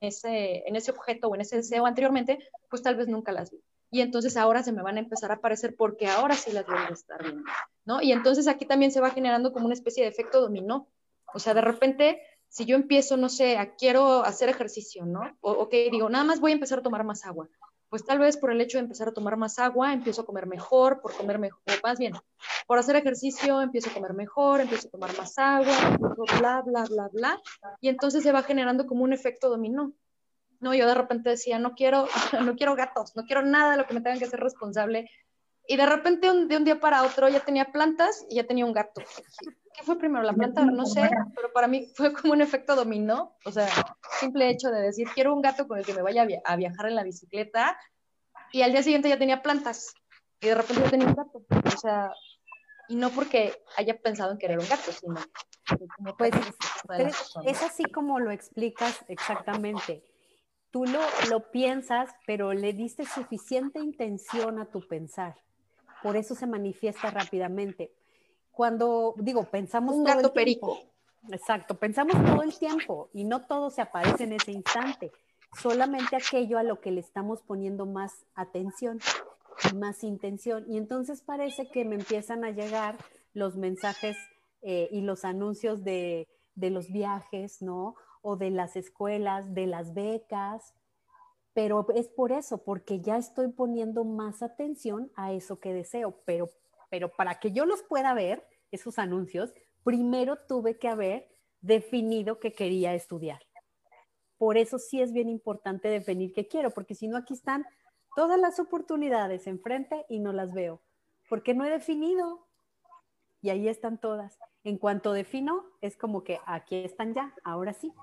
ese, en ese objeto o en ese deseo anteriormente, pues tal vez nunca las vi. Y entonces ahora se me van a empezar a aparecer porque ahora sí las voy a estar viendo, ¿no? Y entonces aquí también se va generando como una especie de efecto dominó. O sea, de repente, si yo empiezo, no sé, a quiero hacer ejercicio, ¿no? O, ok, digo, nada más voy a empezar a tomar más agua. Pues tal vez por el hecho de empezar a tomar más agua, empiezo a comer mejor, por comer mejor, más bien, por hacer ejercicio, empiezo a comer mejor, empiezo a tomar más agua, empiezo bla, bla, bla, bla. Y entonces se va generando como un efecto dominó. No, yo de repente decía, no quiero, no quiero gatos, no quiero nada de lo que me tengan que hacer responsable. Y de repente, un, de un día para otro, ya tenía plantas y ya tenía un gato. ¿Qué fue primero? ¿La planta? No sé, pero para mí fue como un efecto dominó. O sea, simple hecho de decir, quiero un gato con el que me vaya a, via a viajar en la bicicleta. Y al día siguiente ya tenía plantas. Y de repente ya tenía un gato. O sea, y no porque haya pensado en querer un gato, sino como pues es, es así como lo explicas exactamente. Tú lo, lo piensas, pero le diste suficiente intención a tu pensar. Por eso se manifiesta rápidamente. Cuando, digo, pensamos un todo gato el tiempo. perico. Exacto, pensamos todo el tiempo y no todo se aparece en ese instante. Solamente aquello a lo que le estamos poniendo más atención y más intención. Y entonces parece que me empiezan a llegar los mensajes eh, y los anuncios de, de los viajes, ¿no? O de las escuelas, de las becas, pero es por eso, porque ya estoy poniendo más atención a eso que deseo, pero, pero para que yo los pueda ver, esos anuncios, primero tuve que haber definido que quería estudiar. Por eso sí es bien importante definir qué quiero, porque si no aquí están todas las oportunidades enfrente y no las veo, porque no he definido y ahí están todas. En cuanto defino, es como que aquí están ya, ahora sí.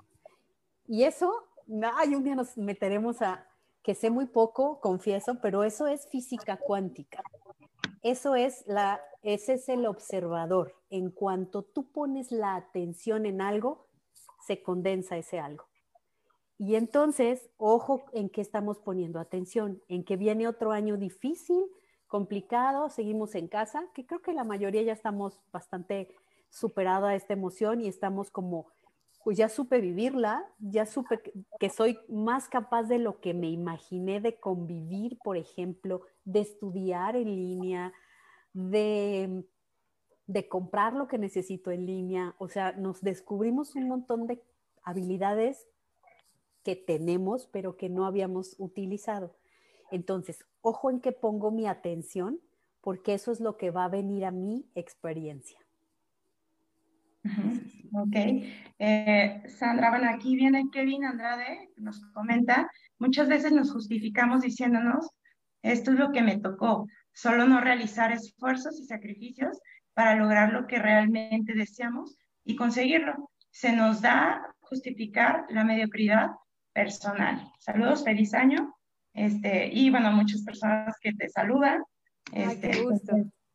Y eso, ay, un día nos meteremos a, que sé muy poco, confieso, pero eso es física cuántica. Eso es la, ese es el observador. En cuanto tú pones la atención en algo, se condensa ese algo. Y entonces, ojo en qué estamos poniendo atención, en que viene otro año difícil, complicado, seguimos en casa, que creo que la mayoría ya estamos bastante superada a esta emoción y estamos como, pues ya supe vivirla, ya supe que, que soy más capaz de lo que me imaginé de convivir, por ejemplo, de estudiar en línea, de, de comprar lo que necesito en línea. O sea, nos descubrimos un montón de habilidades que tenemos, pero que no habíamos utilizado. Entonces, ojo en que pongo mi atención, porque eso es lo que va a venir a mi experiencia. Uh-huh. Ok. Eh, Sandra, bueno, aquí viene Kevin Andrade, que nos comenta, muchas veces nos justificamos diciéndonos, esto es lo que me tocó, solo no realizar esfuerzos y sacrificios para lograr lo que realmente deseamos y conseguirlo. Se nos da justificar la mediocridad personal. Saludos, feliz año. Este, y bueno, muchas personas que te saludan. Este, Ay, qué gusto.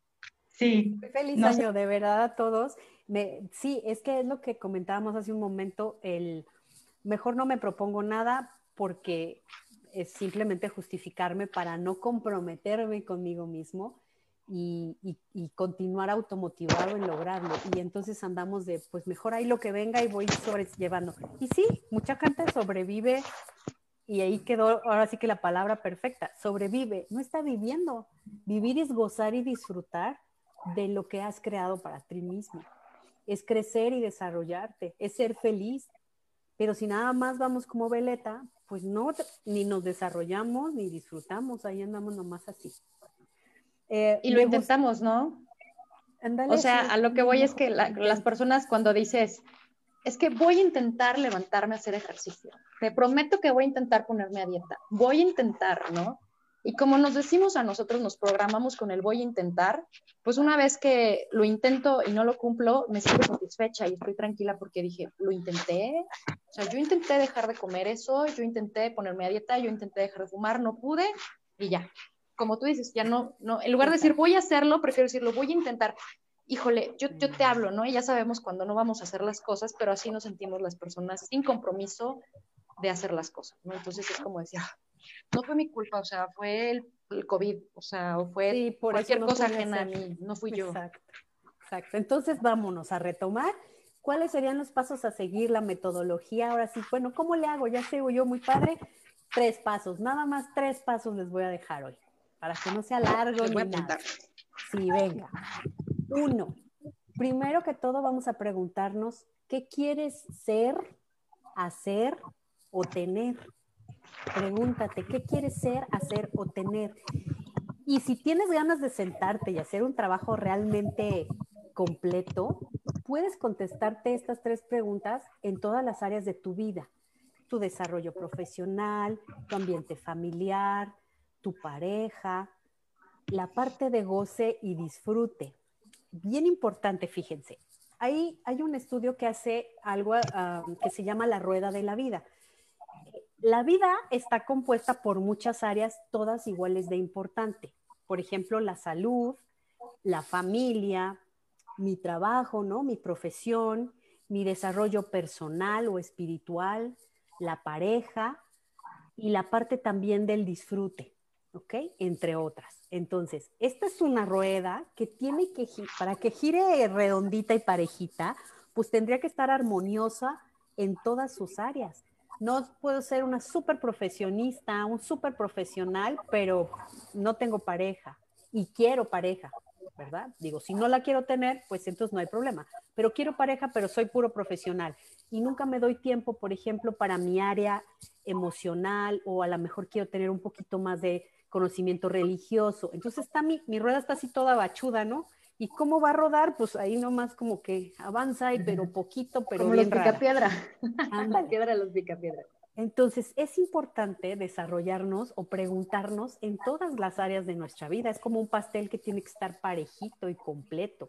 Sí. Feliz no año, sé. de verdad, a todos. Me, sí, es que es lo que comentábamos hace un momento, el mejor no me propongo nada porque es simplemente justificarme para no comprometerme conmigo mismo y, y, y continuar automotivado en lograrlo. Y entonces andamos de, pues mejor ahí lo que venga y voy sobrellevando. Y sí, mucha gente sobrevive y ahí quedó ahora sí que la palabra perfecta, sobrevive, no está viviendo. Vivir es gozar y disfrutar de lo que has creado para ti mismo. Es crecer y desarrollarte, es ser feliz. Pero si nada más vamos como veleta, pues no, ni nos desarrollamos ni disfrutamos, ahí andamos nomás así. Eh, y lo intentamos, ¿no? Andale, o sea, sí. a lo que voy es que la, las personas cuando dices, es que voy a intentar levantarme a hacer ejercicio, te prometo que voy a intentar ponerme a dieta, voy a intentar, ¿no? Y como nos decimos a nosotros, nos programamos con el voy a intentar, pues una vez que lo intento y no lo cumplo, me siento satisfecha y estoy tranquila porque dije, lo intenté, o sea, yo intenté dejar de comer eso, yo intenté ponerme a dieta, yo intenté dejar de fumar, no pude y ya. Como tú dices, ya no, no, en lugar de decir voy a hacerlo, prefiero decirlo voy a intentar. Híjole, yo, yo te hablo, ¿no? Y ya sabemos cuando no vamos a hacer las cosas, pero así nos sentimos las personas sin compromiso de hacer las cosas, ¿no? Entonces es como decir, no fue mi culpa, o sea, fue el, el COVID, o sea, o fue Sí, por eso cualquier no cosa pude ajena hacer. a mí, no fui yo. Exacto, exacto. Entonces vámonos a retomar. ¿Cuáles serían los pasos a seguir, la metodología? Ahora sí, bueno, ¿cómo le hago? Ya sé yo, muy padre. Tres pasos, nada más tres pasos les voy a dejar hoy, para que no sea largo ni nada. Sí, venga. Uno, primero que todo vamos a preguntarnos, ¿qué quieres ser, hacer o tener? Pregúntate, ¿qué quieres ser, hacer o tener? Y si tienes ganas de sentarte y hacer un trabajo realmente completo, puedes contestarte estas tres preguntas en todas las áreas de tu vida. Tu desarrollo profesional, tu ambiente familiar, tu pareja, la parte de goce y disfrute. Bien importante, fíjense. Ahí hay un estudio que hace algo uh, que se llama la rueda de la vida. La vida está compuesta por muchas áreas, todas iguales de importante. Por ejemplo, la salud, la familia, mi trabajo, ¿no? Mi profesión, mi desarrollo personal o espiritual, la pareja y la parte también del disfrute, ¿ok? Entre otras. Entonces, esta es una rueda que tiene que, para que gire redondita y parejita, pues tendría que estar armoniosa en todas sus áreas. No puedo ser una súper profesionista, un súper profesional, pero no tengo pareja y quiero pareja, ¿verdad? Digo, si no la quiero tener, pues entonces no hay problema. Pero quiero pareja, pero soy puro profesional. Y nunca me doy tiempo, por ejemplo, para mi área emocional o a lo mejor quiero tener un poquito más de conocimiento religioso. Entonces está mi, mi rueda está así toda bachuda, ¿no? ¿Y cómo va a rodar? Pues ahí nomás como que avanza, y pero poquito, pero como bien los picapiedra. Ándale. Piedra de los picapiedra. Entonces, es importante desarrollarnos o preguntarnos en todas las áreas de nuestra vida. Es como un pastel que tiene que estar parejito y completo.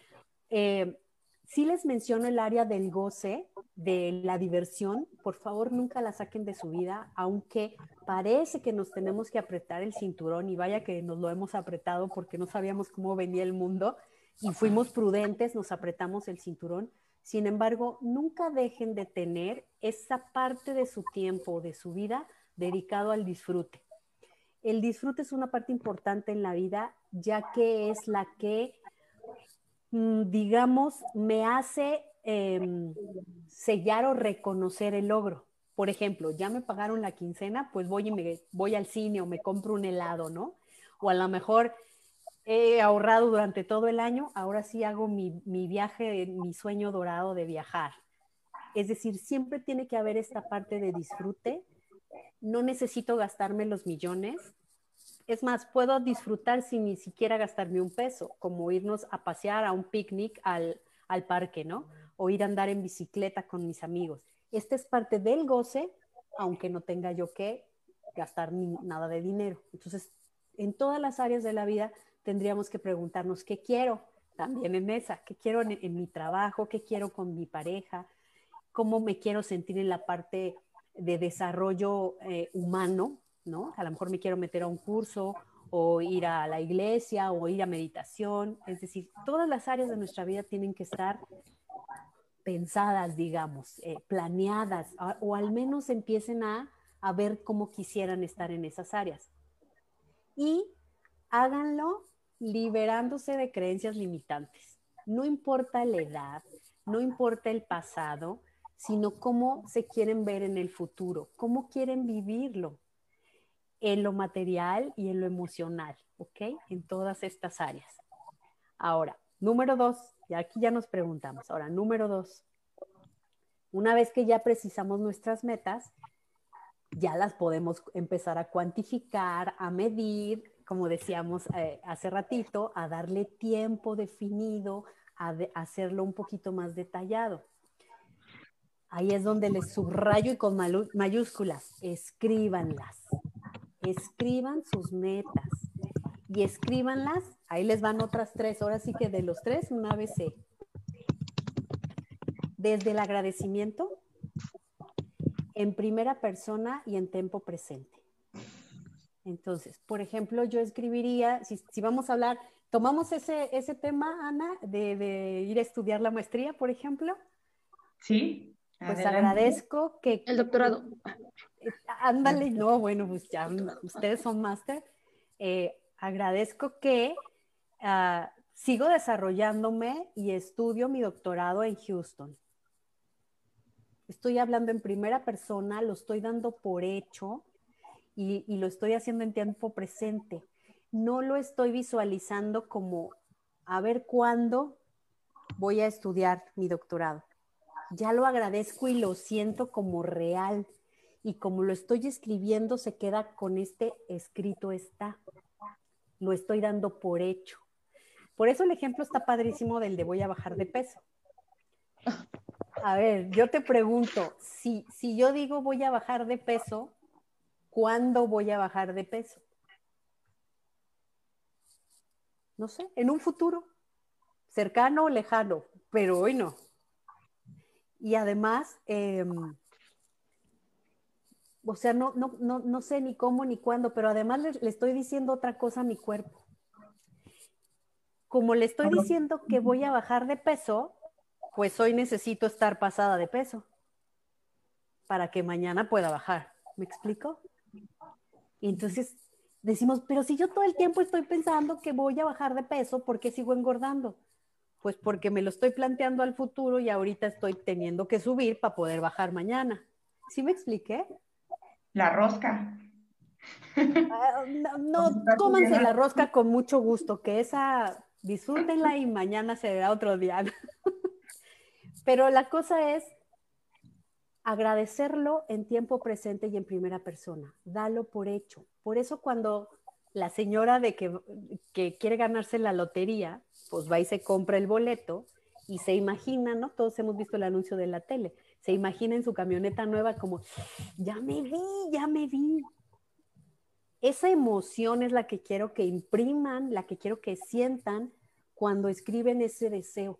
Eh, sí les menciono el área del goce, de la diversión. Por favor, nunca la saquen de su vida, aunque parece que nos tenemos que apretar el cinturón, y vaya que nos lo hemos apretado porque no sabíamos cómo venía el mundo y fuimos prudentes, nos apretamos el cinturón. Sin embargo, nunca dejen de tener esa parte de su tiempo, de su vida, dedicado al disfrute. El disfrute es una parte importante en la vida, ya que es la que, digamos, me hace eh, sellar o reconocer el logro. Por ejemplo, ya me pagaron la quincena, pues voy y me voy al cine o me compro un helado, ¿no? O a lo mejor he ahorrado durante todo el año, ahora sí hago mi, mi viaje, mi sueño dorado de viajar. Es decir, siempre tiene que haber esta parte de disfrute. No necesito gastarme los millones. Es más, puedo disfrutar sin ni siquiera gastarme un peso, como irnos a pasear a un picnic al, al parque, ¿no? O ir a andar en bicicleta con mis amigos. Esta es parte del goce, aunque no tenga yo que gastar ni nada de dinero. Entonces, en todas las áreas de la vida tendríamos que preguntarnos qué quiero, también en esa, qué quiero en, en mi trabajo, qué quiero con mi pareja, cómo me quiero sentir en la parte de desarrollo eh, humano, ¿no? A lo mejor me quiero meter a un curso o ir a la iglesia o ir a meditación. Es decir, todas las áreas de nuestra vida tienen que estar pensadas, digamos, eh, planeadas, a, o al menos empiecen a, a ver cómo quisieran estar en esas áreas. Y háganlo liberándose de creencias limitantes. No importa la edad, no importa el pasado, sino cómo se quieren ver en el futuro, cómo quieren vivirlo, en lo material y en lo emocional, ¿ok? En todas estas áreas. Ahora, número dos, y aquí ya nos preguntamos, ahora, número dos, una vez que ya precisamos nuestras metas, ya las podemos empezar a cuantificar, a medir, como decíamos eh, hace ratito, a darle tiempo definido, a, de, a hacerlo un poquito más detallado. Ahí es donde les subrayo y con mayúsculas, escríbanlas. Escriban sus metas y escríbanlas, ahí les van otras tres, ahora sí que de los tres, un A B C. Desde el agradecimiento, en primera persona y en tiempo presente. Entonces, por ejemplo, yo escribiría, si, si vamos a hablar, tomamos ese, ese tema, Ana, de, de ir a estudiar la maestría, por ejemplo. Sí. Pues adelante. agradezco que... El doctorado. Eh, ándale, no, bueno, pues ya ustedes son máster. Eh, agradezco que uh, sigo desarrollándome y estudio mi doctorado en Houston. Estoy hablando en primera persona, lo estoy dando por hecho y, y lo estoy haciendo en tiempo presente. No lo estoy visualizando como a ver cuándo voy a estudiar mi doctorado. Ya lo agradezco y lo siento como real. Y como lo estoy escribiendo, se queda con este escrito está. Lo estoy dando por hecho. Por eso el ejemplo está padrísimo del de voy a bajar de peso. A ver, yo te pregunto, si, si yo digo voy a bajar de peso, ¿cuándo voy a bajar de peso? No sé, en un futuro, cercano o lejano, pero hoy no. Y además, eh, o sea, no, no, no, no sé ni cómo ni cuándo, pero además le, le estoy diciendo otra cosa a mi cuerpo. Como le estoy diciendo que voy a bajar de peso, pues hoy necesito estar pasada de peso para que mañana pueda bajar. ¿Me explico? Y entonces decimos, pero si yo todo el tiempo estoy pensando que voy a bajar de peso, ¿por qué sigo engordando? Pues porque me lo estoy planteando al futuro y ahorita estoy teniendo que subir para poder bajar mañana. ¿Sí me expliqué? La rosca. Uh, no, no cómanse la rosca con mucho gusto, que esa disfrútenla y mañana será otro día. Pero la cosa es agradecerlo en tiempo presente y en primera persona. Dalo por hecho. Por eso cuando la señora de que, que quiere ganarse la lotería, pues va y se compra el boleto y se imagina, ¿no? Todos hemos visto el anuncio de la tele. Se imagina en su camioneta nueva como, ya me vi, ya me vi. Esa emoción es la que quiero que impriman, la que quiero que sientan cuando escriben ese deseo.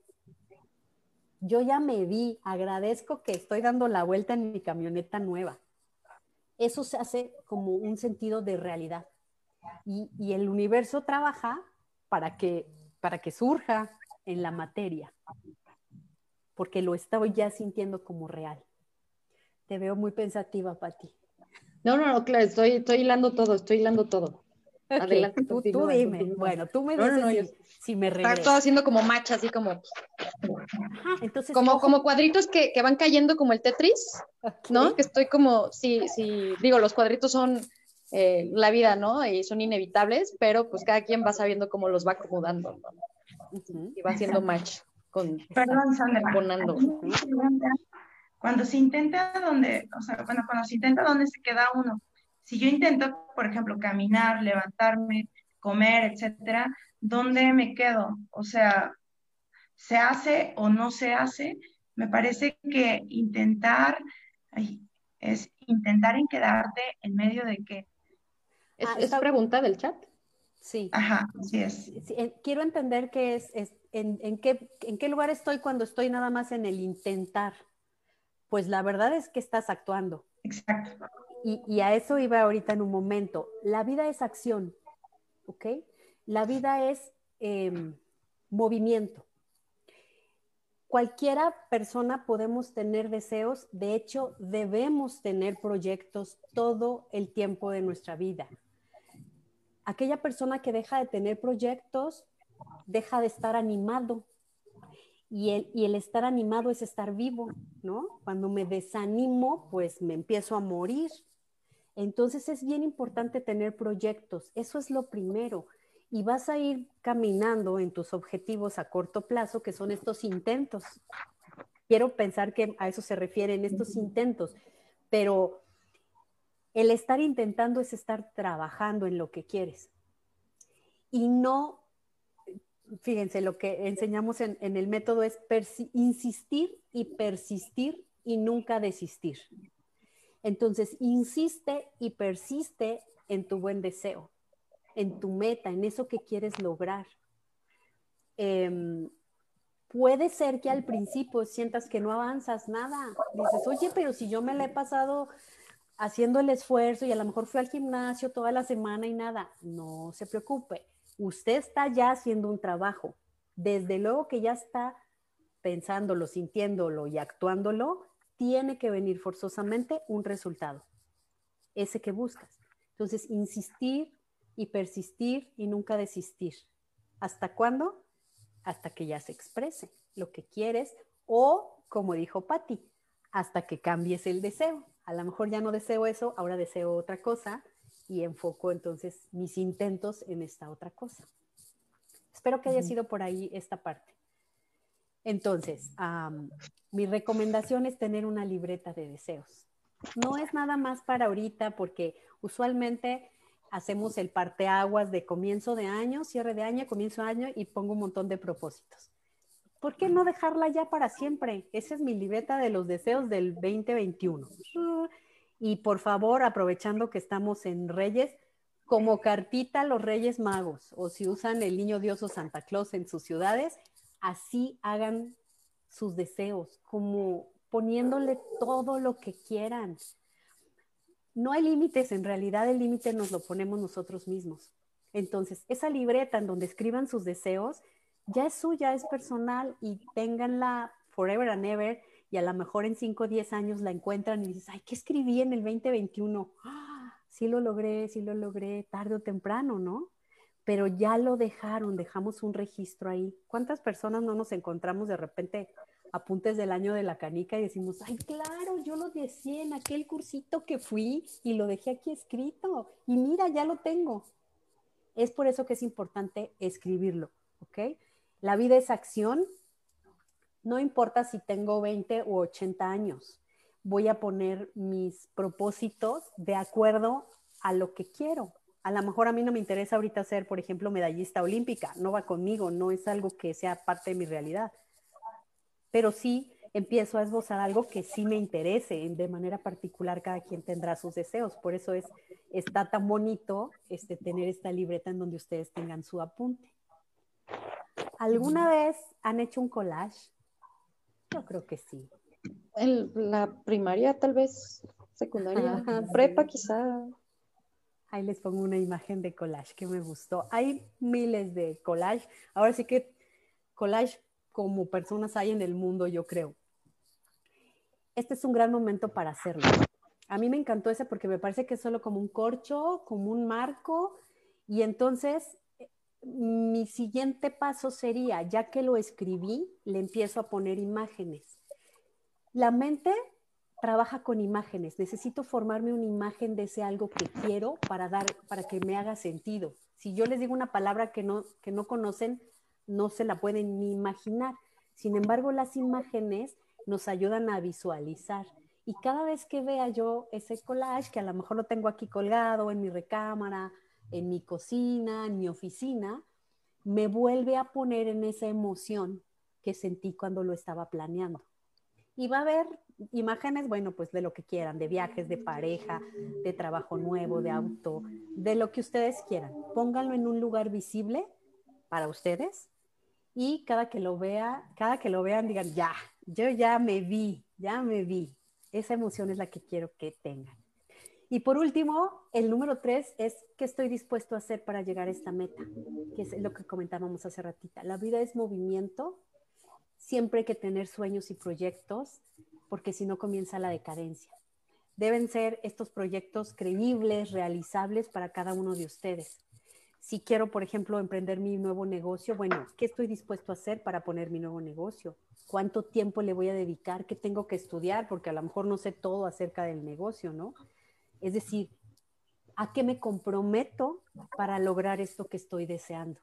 Yo ya me vi, agradezco que estoy dando la vuelta en mi camioneta nueva. Eso se hace como un sentido de realidad. Y, y el universo trabaja para que, para que surja en la materia, porque lo estoy ya sintiendo como real. Te veo muy pensativa, Pati. No, no, no, claro, estoy, estoy hilando todo, estoy hilando todo. Ok, Adelante, tú, tú continúa, dime. continúa. Bueno, tú me No, no, dices no, yo si, si me está regreso. todo haciendo como match, así como, Ajá, entonces, como, ojo. como cuadritos que, que van cayendo como el Tetris, ¿no? Okay. Que estoy como, sí, sí, digo, los cuadritos son eh, la vida, ¿no? Y son inevitables, pero pues cada quien va sabiendo cómo los va acomodando, ¿no? Uh-huh. Y va haciendo match con, Perdón, Sandra. embonando. Aquí me preguntan, cuando se intenta donde, o sea, bueno, cuando se intenta dónde se queda uno. Si yo intento, por ejemplo, caminar, levantarme, comer, etcétera, ¿dónde me quedo? O sea, ¿se hace o no se hace? Me parece que intentar ay, es intentar en quedarte en medio de que, ¿Es, Ah, es está, pregunta del chat? sí. ajá, así es, Sí, sí, eh, quiero entender qué es, es en, en qué, en qué lugar estoy cuando estoy nada más en el intentar. Pues la verdad es que estás actuando. exacto. Y, y a eso iba ahorita en un momento. La vida es acción, ¿ok? La vida es eh, movimiento. Cualquiera persona podemos tener deseos, de hecho debemos tener proyectos todo el tiempo de nuestra vida. Aquella persona que deja de tener proyectos, deja de estar animado. Y el, y el estar animado es estar vivo, ¿no? Cuando me desanimo, pues me empiezo a morir. Entonces es bien importante tener proyectos, eso es lo primero. Y vas a ir caminando en tus objetivos a corto plazo, que son estos intentos. Quiero pensar que a eso se refieren estos intentos, pero el estar intentando es estar trabajando en lo que quieres. Y no, fíjense, lo que enseñamos en, en el método es insistir y persistir y nunca desistir. Entonces, insiste y persiste en tu buen deseo, en tu meta, en eso que quieres lograr. Eh, puede ser que al principio sientas que no avanzas nada. Dices, oye, pero si yo me la he pasado haciendo el esfuerzo y a lo mejor fui al gimnasio toda la semana y nada. No se preocupe. Usted está ya haciendo un trabajo. Desde luego que ya está pensándolo, sintiéndolo y actuándolo, tiene que venir forzosamente un resultado. Ese que buscas. Entonces, insistir y persistir y nunca desistir. ¿Hasta cuándo? Hasta que ya se exprese lo que quieres o, como dijo Patti, hasta que cambies el deseo. A lo mejor ya no deseo eso, ahora deseo otra cosa y enfoco entonces mis intentos en esta otra cosa. Espero que haya sido por ahí esta parte. Entonces, um, mi recomendación es tener una libreta de deseos. No es nada más para ahorita porque usualmente hacemos el parteaguas de comienzo de año, cierre de año, comienzo de año y pongo un montón de propósitos. ¿Por qué no dejarla ya para siempre? Esa es mi libreta de los deseos del veinte veintiuno. Y por favor, aprovechando que estamos en Reyes, como cartita a los Reyes Magos, o si usan el Niño Dios o Santa Claus en sus ciudades, así hagan sus deseos, como poniéndole todo lo que quieran. No hay límites, en realidad el límite nos lo ponemos nosotros mismos. Entonces, esa libreta en donde escriban sus deseos, ya es suya, es personal y ténganla forever and ever y a lo mejor en cinco o diez años la encuentran y dices, ay, ¿qué escribí en el veinte veintiuno? ¡Ah! Sí lo logré, sí lo logré, tarde o temprano, ¿no? Pero ya lo dejaron, dejamos un registro ahí. ¿Cuántas personas no nos encontramos de repente apuntes del año de la canica y decimos, ay, claro, yo lo deseé en aquel cursito que fui y lo dejé aquí escrito y mira, ya lo tengo? Es por eso que es importante escribirlo, ¿ok? La vida es acción, no importa si tengo veinte u ochenta años, voy a poner mis propósitos de acuerdo a lo que quiero. A lo mejor a mí no me interesa ahorita ser, por ejemplo, medallista olímpica, no va conmigo, no es algo que sea parte de mi realidad, pero sí empiezo a esbozar algo que sí me interese, de manera particular cada quien tendrá sus deseos, por eso es, está tan bonito este, tener esta libreta en donde ustedes tengan su apunte. ¿Alguna vez han hecho un collage? Yo creo que sí. En la primaria, tal vez, secundaria, ah, prepa sí. Quizá. Ahí les pongo una imagen de collage que me gustó. Hay miles de collage. Ahora sí que collage como personas hay en el mundo, yo creo. Este es un gran momento para hacerlo. A mí me encantó ese porque me parece que es solo como un corcho, como un marco, y entonces mi siguiente paso sería, ya que lo escribí, le empiezo a poner imágenes. La mente trabaja con imágenes. Necesito formarme una imagen de ese algo que quiero para, dar, para que me haga sentido. Si yo les digo una palabra que no, que no conocen, no se la pueden ni imaginar. Sin embargo, las imágenes nos ayudan a visualizar. Y cada vez que vea yo ese collage, que a lo mejor lo tengo aquí colgado en mi recámara, en mi cocina, en mi oficina, me vuelve a poner en esa emoción que sentí cuando lo estaba planeando. Y va a haber imágenes, bueno, pues de lo que quieran, de viajes, de pareja, de trabajo nuevo, de auto, de lo que ustedes quieran. Pónganlo en un lugar visible para ustedes y cada que lo vea, cada que lo vean digan, ya, yo ya me vi, ya me vi. Esa emoción es la que quiero que tengan. Y por último, el número tres es ¿qué estoy dispuesto a hacer para llegar a esta meta? Que es lo que comentábamos hace ratita. La vida es movimiento. Siempre hay que tener sueños y proyectos, porque si no comienza la decadencia. Deben ser estos proyectos creíbles, realizables para cada uno de ustedes. Si quiero, por ejemplo, emprender mi nuevo negocio, bueno, ¿qué estoy dispuesto a hacer para poner mi nuevo negocio? ¿Cuánto tiempo le voy a dedicar? ¿Qué tengo que estudiar? Porque a lo mejor no sé todo acerca del negocio, ¿no? Es decir, ¿a qué me comprometo para lograr esto que estoy deseando?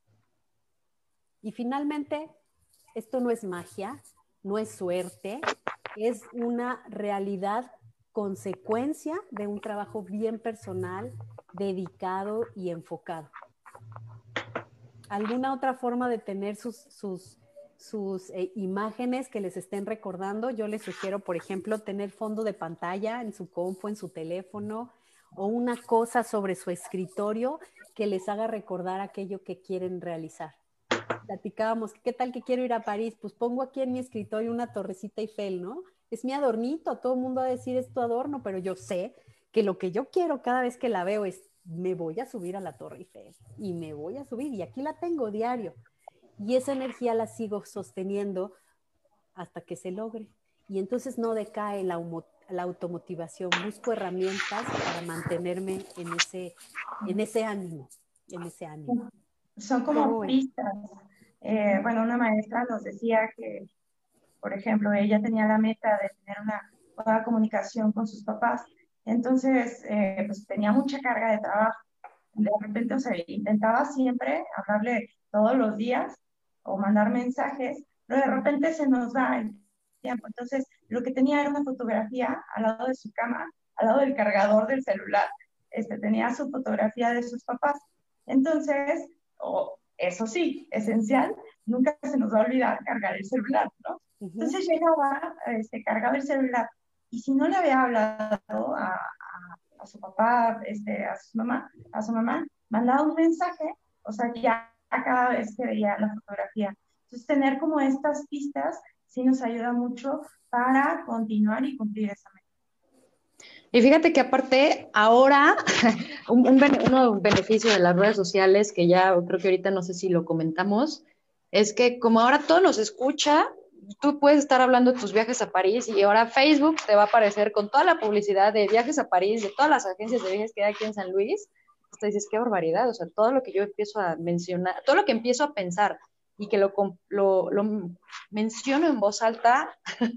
Y finalmente, esto no es magia, no es suerte, es una realidad consecuencia de un trabajo bien personal, dedicado y enfocado. ¿Alguna otra forma de tener sus, sus, sus eh, imágenes que les estén recordando? Yo les sugiero, por ejemplo, tener fondo de pantalla en su compu, en su teléfono, o una cosa sobre su escritorio que les haga recordar aquello que quieren realizar. Platicábamos, ¿qué tal que quiero ir a París? Pues pongo aquí en mi escritorio una torrecita Eiffel, ¿no? Es mi adornito, todo el mundo va a decir es tu adorno, pero yo sé que lo que yo quiero cada vez que la veo es, me voy a subir a la Torre Eiffel y me voy a subir y aquí la tengo diario. Y esa energía la sigo sosteniendo hasta que se logre. Y entonces no decae la, la automotivación, busco herramientas para mantenerme en ese, en ese ánimo, en ese ánimo. Son como pistas. Eh, bueno, una maestra nos decía que por ejemplo, ella tenía la meta de tener una buena comunicación con sus papás, entonces eh, pues tenía mucha carga de trabajo. De repente, o sea, intentaba siempre hablarle todos los días o mandar mensajes, pero de repente se nos va el tiempo. Entonces, lo que tenía era una fotografía al lado de su cama, al lado del cargador del celular, este, tenía su fotografía de sus papás. Entonces, oh, eso sí, esencial, nunca se nos va a olvidar cargar el celular, ¿no? Uh-huh. Entonces llegaba, este, cargaba el celular, y si no le había hablado a, a, a su papá, este, a su mamá, a su mamá, mandaba un mensaje, o sea, ya cada vez que veía la fotografía. Entonces, tener como estas pistas sí nos ayuda mucho para continuar y cumplir esa meta. Y fíjate que aparte, ahora, un, un, un beneficio de las redes sociales, que ya creo que ahorita no sé si lo comentamos, es que como ahora todo nos escucha, tú puedes estar hablando de tus viajes a París y ahora Facebook te va a aparecer con toda la publicidad de viajes a París, de todas las agencias de viajes que hay aquí en San Luis. Hasta dices, qué barbaridad, o sea, todo lo que yo empiezo a mencionar, todo lo que empiezo a pensar y que lo, lo, lo menciono en voz alta,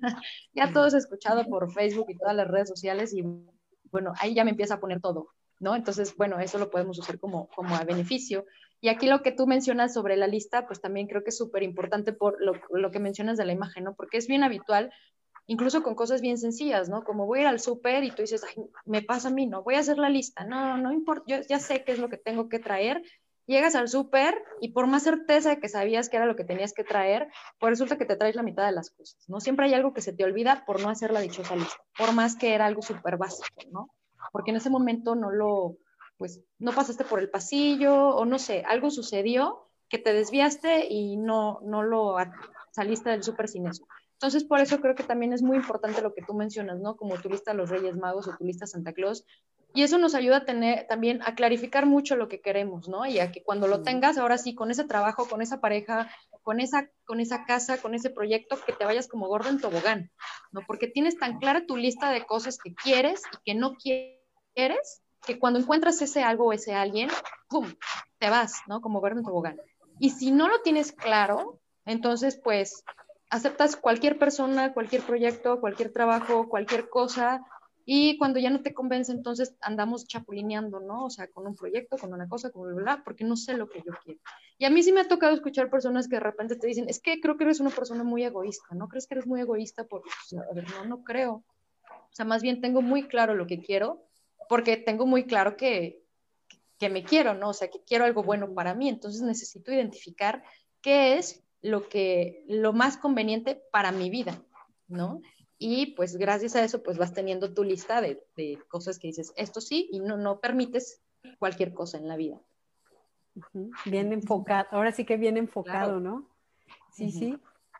ya todo es escuchado por Facebook y todas las redes sociales y bueno, ahí ya me empieza a poner todo, ¿no? Entonces, bueno, eso lo podemos usar como, como a beneficio. Y aquí lo que tú mencionas sobre la lista, pues también creo que es súper importante por lo, lo que mencionas de la imagen, ¿no? Porque es bien habitual, incluso con cosas bien sencillas, ¿no? Como voy a ir al súper y tú dices, ay, me pasa a mí, no, voy a hacer la lista, no, no importa, yo ya sé qué es lo que tengo que traer. Llegas al súper y por más certeza de que sabías que era lo que tenías que traer, pues resulta que te traes la mitad de las cosas, ¿no? Siempre hay algo que se te olvida por no hacer la dichosa lista, por más que era algo súper básico, ¿no? Porque en ese momento no lo, pues, no pasaste por el pasillo o no sé, algo sucedió que te desviaste y no, no lo saliste del súper sin eso. Entonces, por eso creo que también es muy importante lo que tú mencionas, ¿no? Como tu lista Los Reyes Magos o tu lista Santa Claus. Y eso nos ayuda a tener también a clarificar mucho lo que queremos, ¿no? Y a que cuando lo tengas, ahora sí, con ese trabajo, con esa pareja, con esa, con esa casa, con ese proyecto, que te vayas como gordo en tobogán, ¿no? Porque tienes tan clara tu lista de cosas que quieres y que no quieres, que cuando encuentras ese algo o ese alguien, ¡pum!, te vas, ¿no? Como gordo en tobogán. Y si no lo tienes claro, entonces, pues, aceptas cualquier persona, cualquier proyecto, cualquier trabajo, cualquier cosa, y cuando ya no te convence, entonces andamos chapulineando, ¿no? O sea, con un proyecto, con una cosa, con bla, bla, porque no sé lo que yo quiero. Y a mí sí me ha tocado escuchar personas que de repente te dicen, es que creo que eres una persona muy egoísta, ¿no? ¿Crees que eres muy egoísta? Porque, o sea, a ver, no, no creo. O sea, más bien tengo muy claro lo que quiero, porque tengo muy claro que, que me quiero, ¿no? O sea, que quiero algo bueno para mí, entonces necesito identificar qué es lo que, lo más conveniente para mi vida, ¿no? Y pues gracias a eso pues vas teniendo tu lista de, de cosas que dices, esto sí, y no, no permites cualquier cosa en la vida. Uh-huh. Bien enfocado, ahora sí que bien enfocado, claro. ¿No? Sí, uh-huh. Sí.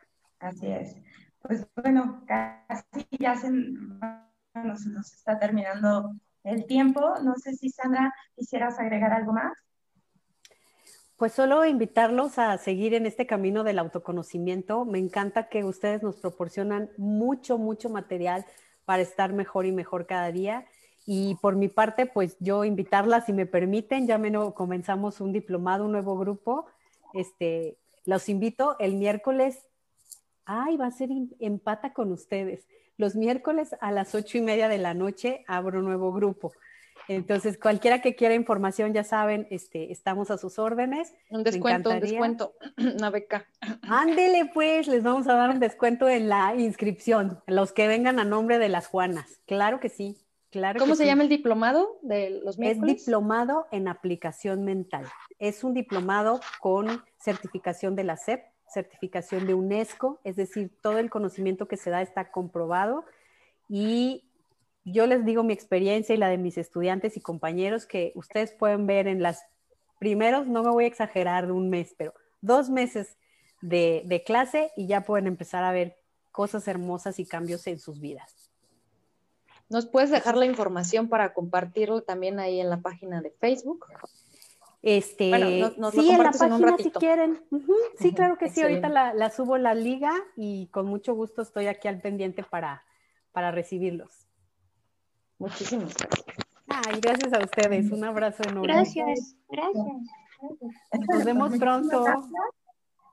Así es. Pues bueno, casi ya se nos, se nos está terminando el tiempo. No sé si Sandra quisieras agregar algo más. Pues solo invitarlos a seguir en este camino del autoconocimiento. Me encanta que ustedes nos proporcionan mucho, mucho material para estar mejor y mejor cada día. Y por mi parte, pues yo invitarlas, si me permiten, ya me no, comenzamos un diplomado, un nuevo grupo. Este, los invito el miércoles. Ay, va a ser empata con ustedes. Los miércoles a las ocho y media de la noche abro un nuevo grupo. Entonces, cualquiera que quiera información, ya saben, este, estamos a sus órdenes. Un descuento, un descuento, una beca. Ándele, pues, les vamos a dar un descuento en la inscripción, los que vengan a nombre de las Juanas. Claro que sí, claro ¿Cómo que se sí. llama el diplomado de los miércoles? Es diplomado en aplicación mental. Es un diplomado con certificación de la S E P, certificación de UNESCO, es decir, todo el conocimiento que se da está comprobado y yo les digo mi experiencia y la de mis estudiantes y compañeros que ustedes pueden ver en los primeros, no me voy a exagerar de un mes, pero dos meses de, de clase y ya pueden empezar a ver cosas hermosas y cambios en sus vidas. ¿Nos puedes dejar la información para compartirlo también ahí en la página de Facebook? Este, bueno, nos, nos sí, lo en la página en si quieren. Uh-huh. Sí, uh-huh. Claro que Excelente. Sí, ahorita la, la subo la liga y con mucho gusto estoy aquí al pendiente para, para recibirlos. Muchísimas gracias. Ay, gracias a ustedes. Un abrazo enorme. Gracias, gracias. Nos vemos pronto.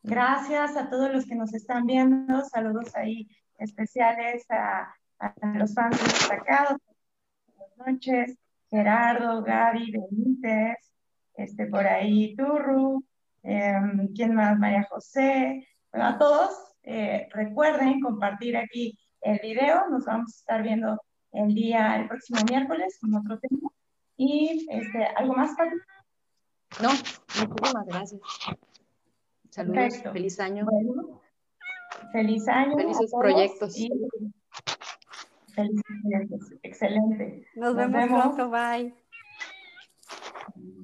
Gracias a todos los que nos están viendo. Saludos ahí especiales a, a los fans destacados. Buenas noches. Gerardo, Gaby, Benítez, este, por ahí Turru, eh, ¿quién más? María José. Bueno, a todos, eh, recuerden compartir aquí el video. Nos vamos a estar viendo el día, el próximo miércoles con otro tema. Y, este, ¿algo más, Carlos? No, muchísimas gracias. Saludos, Perfecto. Feliz año. Bueno, feliz año. Felices proyectos. Y felices proyectos. Excelente. Nos, Nos vemos, vemos pronto. Bye.